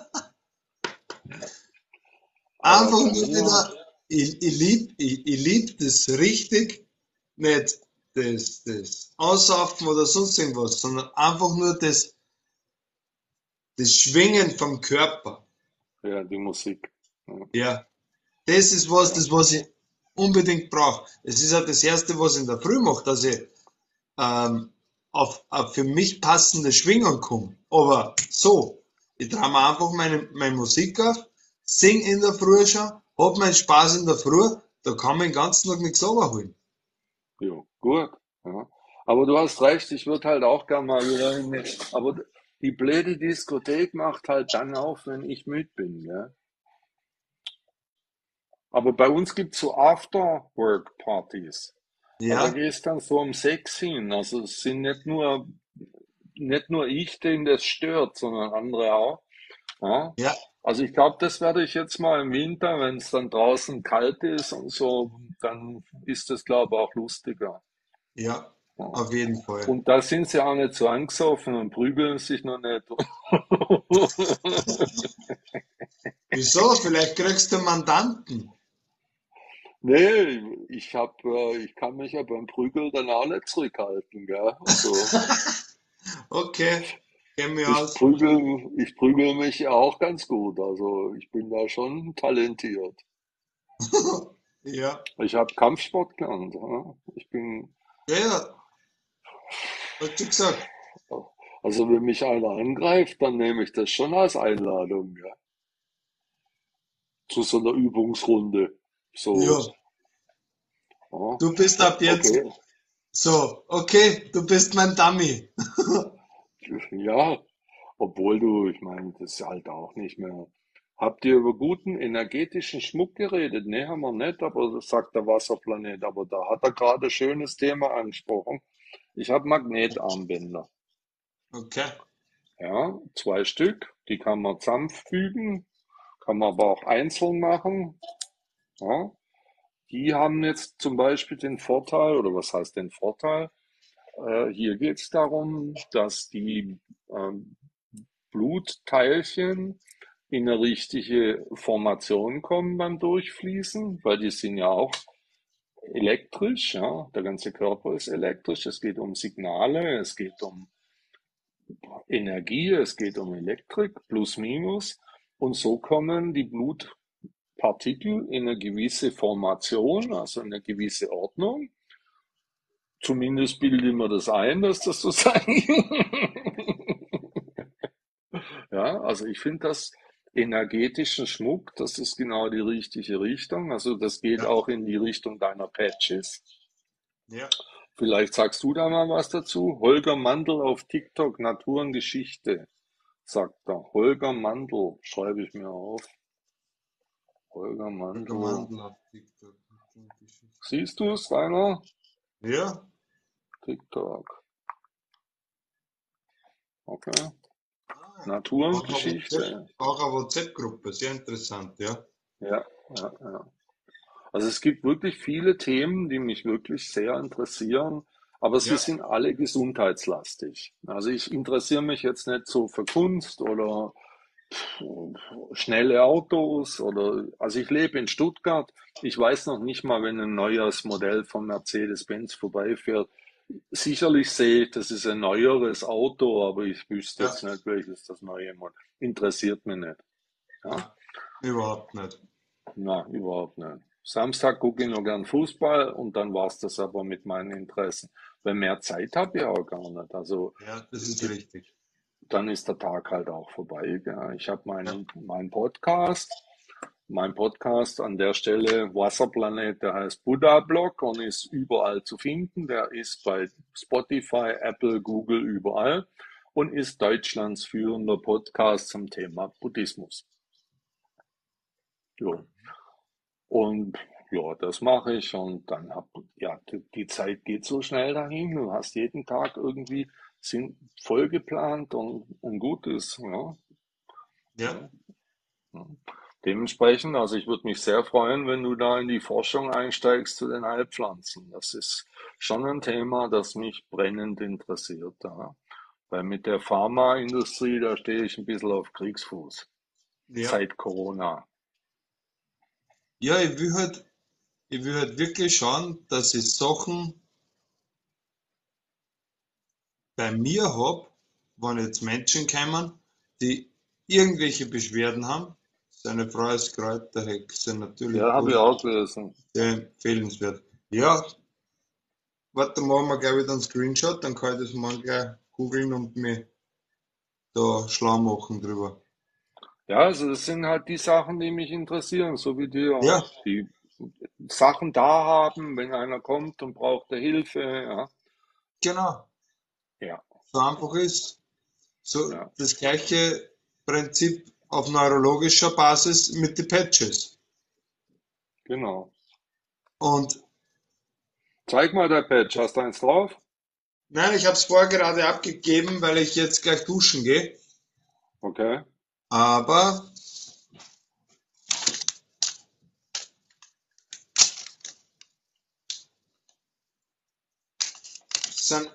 Aber Einfach bei nur mir, wieder, ich, ich lieb, ich, ich lieb das richtig, nicht das, das Aussaufen oder sonst irgendwas, sondern einfach nur das, das Schwingen vom Körper. ja, die Musik. Ja, Ja, das ist was, ja, das, was ich unbedingt brauche. Es ist halt das Erste, was ich in der Früh mache, dass ich ähm, auf, auf für mich passende Schwingung komme. Aber so, ich trage mir einfach meine, meine Musik auf, sing in der Früh schon, hab meinen Spaß in der Früh, da kann man den ganzen Tag nichts runterholen. Ja, gut. Ja. Aber du hast recht, ich würde halt auch gern mal wieder in eine, aber die blöde Diskothek macht halt dann auf, wenn ich müde bin, ja. Aber bei uns gibt's so After-Work-Partys. Da Ja, gehst dann so um sechs hin. Also es sind nicht nur, nicht nur ich, den das stört, sondern andere auch. Ja. ja, Also ich glaube, das werde ich jetzt mal im Winter, wenn es dann draußen kalt ist und so, dann ist das, glaube ich, auch lustiger. ja, Ja. auf jeden Fall. Und da sind sie auch nicht so angesoffen und prügeln sich noch nicht. Wieso? Vielleicht kriegst du Mandanten. Nee, ich hab, äh, ich kann mich ja beim Prügeln dann auch nicht zurückhalten, gell? Also Okay, kenn mich ich aus. prügel, ich prügel mich ja auch ganz gut. Also ich bin da schon talentiert. Ja, Ich habe Kampfsport gelernt. Ja? Ich bin, ja, ja, hast du gesagt. also wenn mich einer angreift, dann nehme ich das schon als Einladung, ja? Zu so einer Übungsrunde. So, Ja, ja, du bist ab jetzt okay. so, okay, du bist mein Dummy. Ja, obwohl du, ich meine, das ist halt auch nicht mehr. Habt ihr über guten energetischen Schmuck geredet? Nee, haben wir nicht, aber das sagt der Wasserplanet. Aber da hat er gerade ein schönes Thema angesprochen. Ich habe Magnetarmbänder. Okay, Ja, zwei Stück. Die kann man zusammenfügen, kann man aber auch einzeln machen. Ja, die haben jetzt zum Beispiel den Vorteil, oder was heißt den Vorteil? Äh, hier geht es darum, dass die ähm, Blutteilchen in eine richtige Formation kommen beim Durchfließen, weil die sind ja auch elektrisch, ja, der ganze Körper ist elektrisch, es geht um Signale, es geht um Energie, es geht um Elektrik, plus minus, und so kommen die Blutpartikel in eine gewisse Formation, also in eine gewisse Ordnung. Zumindest bilde ich mir das ein, dass das so sein. Ja, also ich finde das energetischen Schmuck, das ist genau die richtige Richtung. Also das geht ja, auch in die Richtung deiner Patches. ja, Vielleicht sagst du da mal was dazu. Holger Mandl auf TikTok, Natur und Geschichte, sagt er. Holger Mandl, schreibe ich mir auf. Holger Holger Mandl. Mandl auf TikTok. Siehst du es, Rainer? Ja, TikTok. Okay. ah, Natur und auch eine WhatsApp, Geschichte. auch eine WhatsApp-Gruppe, sehr interessant, ja. Ja, ja, ja. Also es gibt wirklich viele Themen, die mich wirklich sehr interessieren, aber sie Ja, sind alle gesundheitslastig. Also ich interessiere mich jetzt nicht so für Kunst oder schnelle Autos oder, also ich lebe in Stuttgart. Ich weiß noch nicht mal, wenn ein neues Modell von Mercedes-Benz vorbeifährt. Sicherlich sehe ich, das ist ein neueres Auto, aber ich wüsste ja, jetzt nicht, welches das neue Modell. Interessiert mich nicht. Ja? na, überhaupt nicht. Na, überhaupt nicht. Samstag gucke ich noch gern Fußball und dann war's das aber mit meinen Interessen. Weil mehr Zeit habe ich auch gar nicht. Also Ja, das ist die, richtig. dann ist der Tag halt auch vorbei. Gell. Ich habe Ja, meinen meinen Podcast, mein Podcast an der Stelle Wasserplanet, der heißt Buddha Blog und ist überall zu finden. Der ist bei Spotify, Apple, Google, überall und ist Deutschlands führender Podcast zum Thema Buddhismus. Jo. Und ja, das mache ich und dann hab, ja, die, die Zeit geht so schnell dahin. Du hast jeden Tag irgendwie sind voll geplant und, und gut ist, ja, ja, ja, ja. Dementsprechend, also ich würde mich sehr freuen, wenn du da in die Forschung einsteigst zu den Heilpflanzen. Das ist schon ein Thema, das mich brennend interessiert, ja. Weil mit der Pharmaindustrie, da stehe ich ein bisschen auf Kriegsfuß ja. seit Corona. Ja, ich will halt, ich will halt wirklich schauen, dass ich Sachen bei mir hab, wenn jetzt Menschen kommen, die irgendwelche Beschwerden haben. Seine Frau ist Kräuterhexe, natürlich Ja, habe ich positiv, auch gelesen. sehr empfehlenswert. Ja, warte, machen wir gleich wieder einen Screenshot, dann kann ich das mal gleich googeln und mir da schlau machen drüber. Ja, also das sind halt die Sachen, die mich interessieren, so wie dir Ja, auch. Die Sachen da haben, wenn einer kommt und braucht der Hilfe, ja. genau. Ja, So einfach ist. So ja, das gleiche Prinzip auf neurologischer Basis mit den Patches. genau. Und Zeig mal der Patch, hast du eins drauf? nein, ich habe es vorher gerade abgegeben, weil ich jetzt gleich duschen gehe. Okay. Aber es sind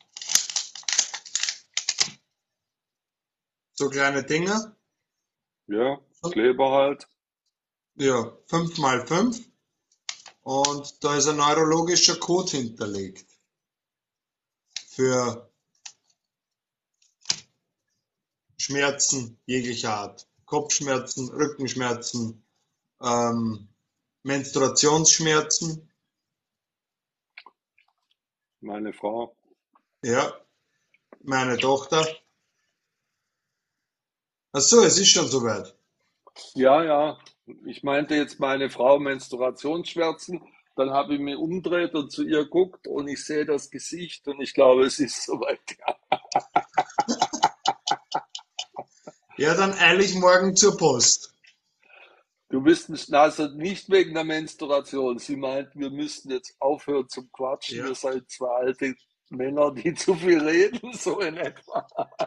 so kleine Dinger. Ja, Kleber halt. Ja, fünf mal fünf. Und da ist ein neurologischer Code hinterlegt. Für Schmerzen jeglicher Art. Kopfschmerzen, Rückenschmerzen, ähm, Menstruationsschmerzen. Meine Frau. Ja, meine Tochter. Ach so, es ist schon soweit. Ja, ja. Ich meinte jetzt meine Frau Menstruationsschmerzen. Dann habe ich mich umgedreht und zu ihr guckt und ich sehe das Gesicht und ich glaube, es ist soweit. Ja. Ja, dann eile ich morgen zur Post. Du müssten, also nicht wegen der Menstruation. Sie meint, wir müssten jetzt aufhören zum Quatschen. Ja. Wir seid zwei alte Männer, die zu viel reden, so in etwa.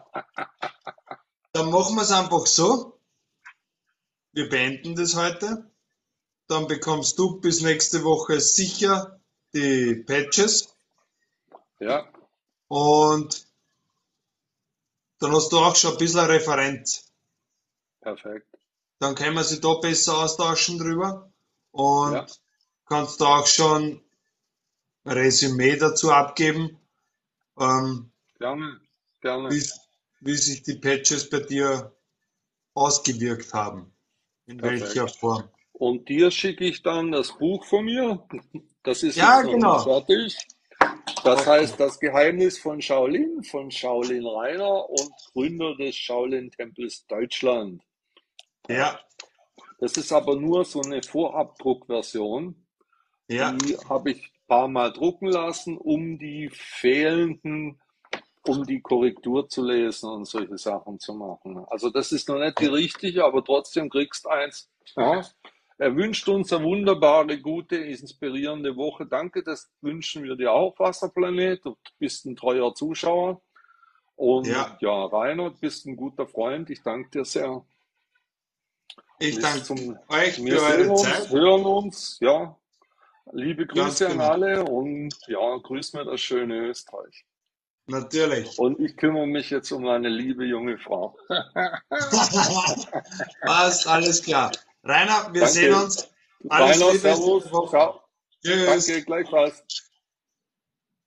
Dann machen wir es einfach so. Wir beenden das heute. Dann bekommst du bis nächste Woche sicher die Patches. Ja, Und dann hast du auch schon ein bisschen eine Referenz. perfekt. Dann können wir sich da besser austauschen drüber. Ja, Und kannst du auch schon ein Resümee dazu abgeben, ähm, gerne, gerne. wie, wie sich die Patches bei dir ausgewirkt haben. In welcher Perfekt. Form. Und dir schicke ich dann das Buch von mir. Das ist Ja, jetzt noch nicht genau. fertig. Das Okay. heißt, das Geheimnis von Shaolin, von Shaolin Rainer und Gründer des Shaolin-Tempels Deutschland. Ja. Ja, Das ist aber nur so eine Vorabdruckversion. ja, Die habe ich ein paar Mal drucken lassen, um die fehlenden, um die Korrektur zu lesen und solche Sachen zu machen. Also das ist noch nicht die ja. richtige, aber trotzdem kriegst eins. Ja. Er wünscht uns eine wunderbare, gute, inspirierende Woche. Danke, das wünschen wir dir auch, Wasserplanet. Du bist ein treuer Zuschauer. Und Ja. ja, Rainer, du bist ein guter Freund. Ich danke dir sehr. Ich Bis danke zum, euch wir für sehen eure uns, Zeit. hören uns. Ja, liebe Ganz Grüße an genau. alle und ja, grüß mir das schöne Österreich. Natürlich. Und ich kümmere mich jetzt um meine liebe junge Frau. Passt, alles klar. Rainer, wir sehen Danke. uns. Alles Rainer, Liebe. Servus. Ciao. Tschüss. Danke, gleichfalls.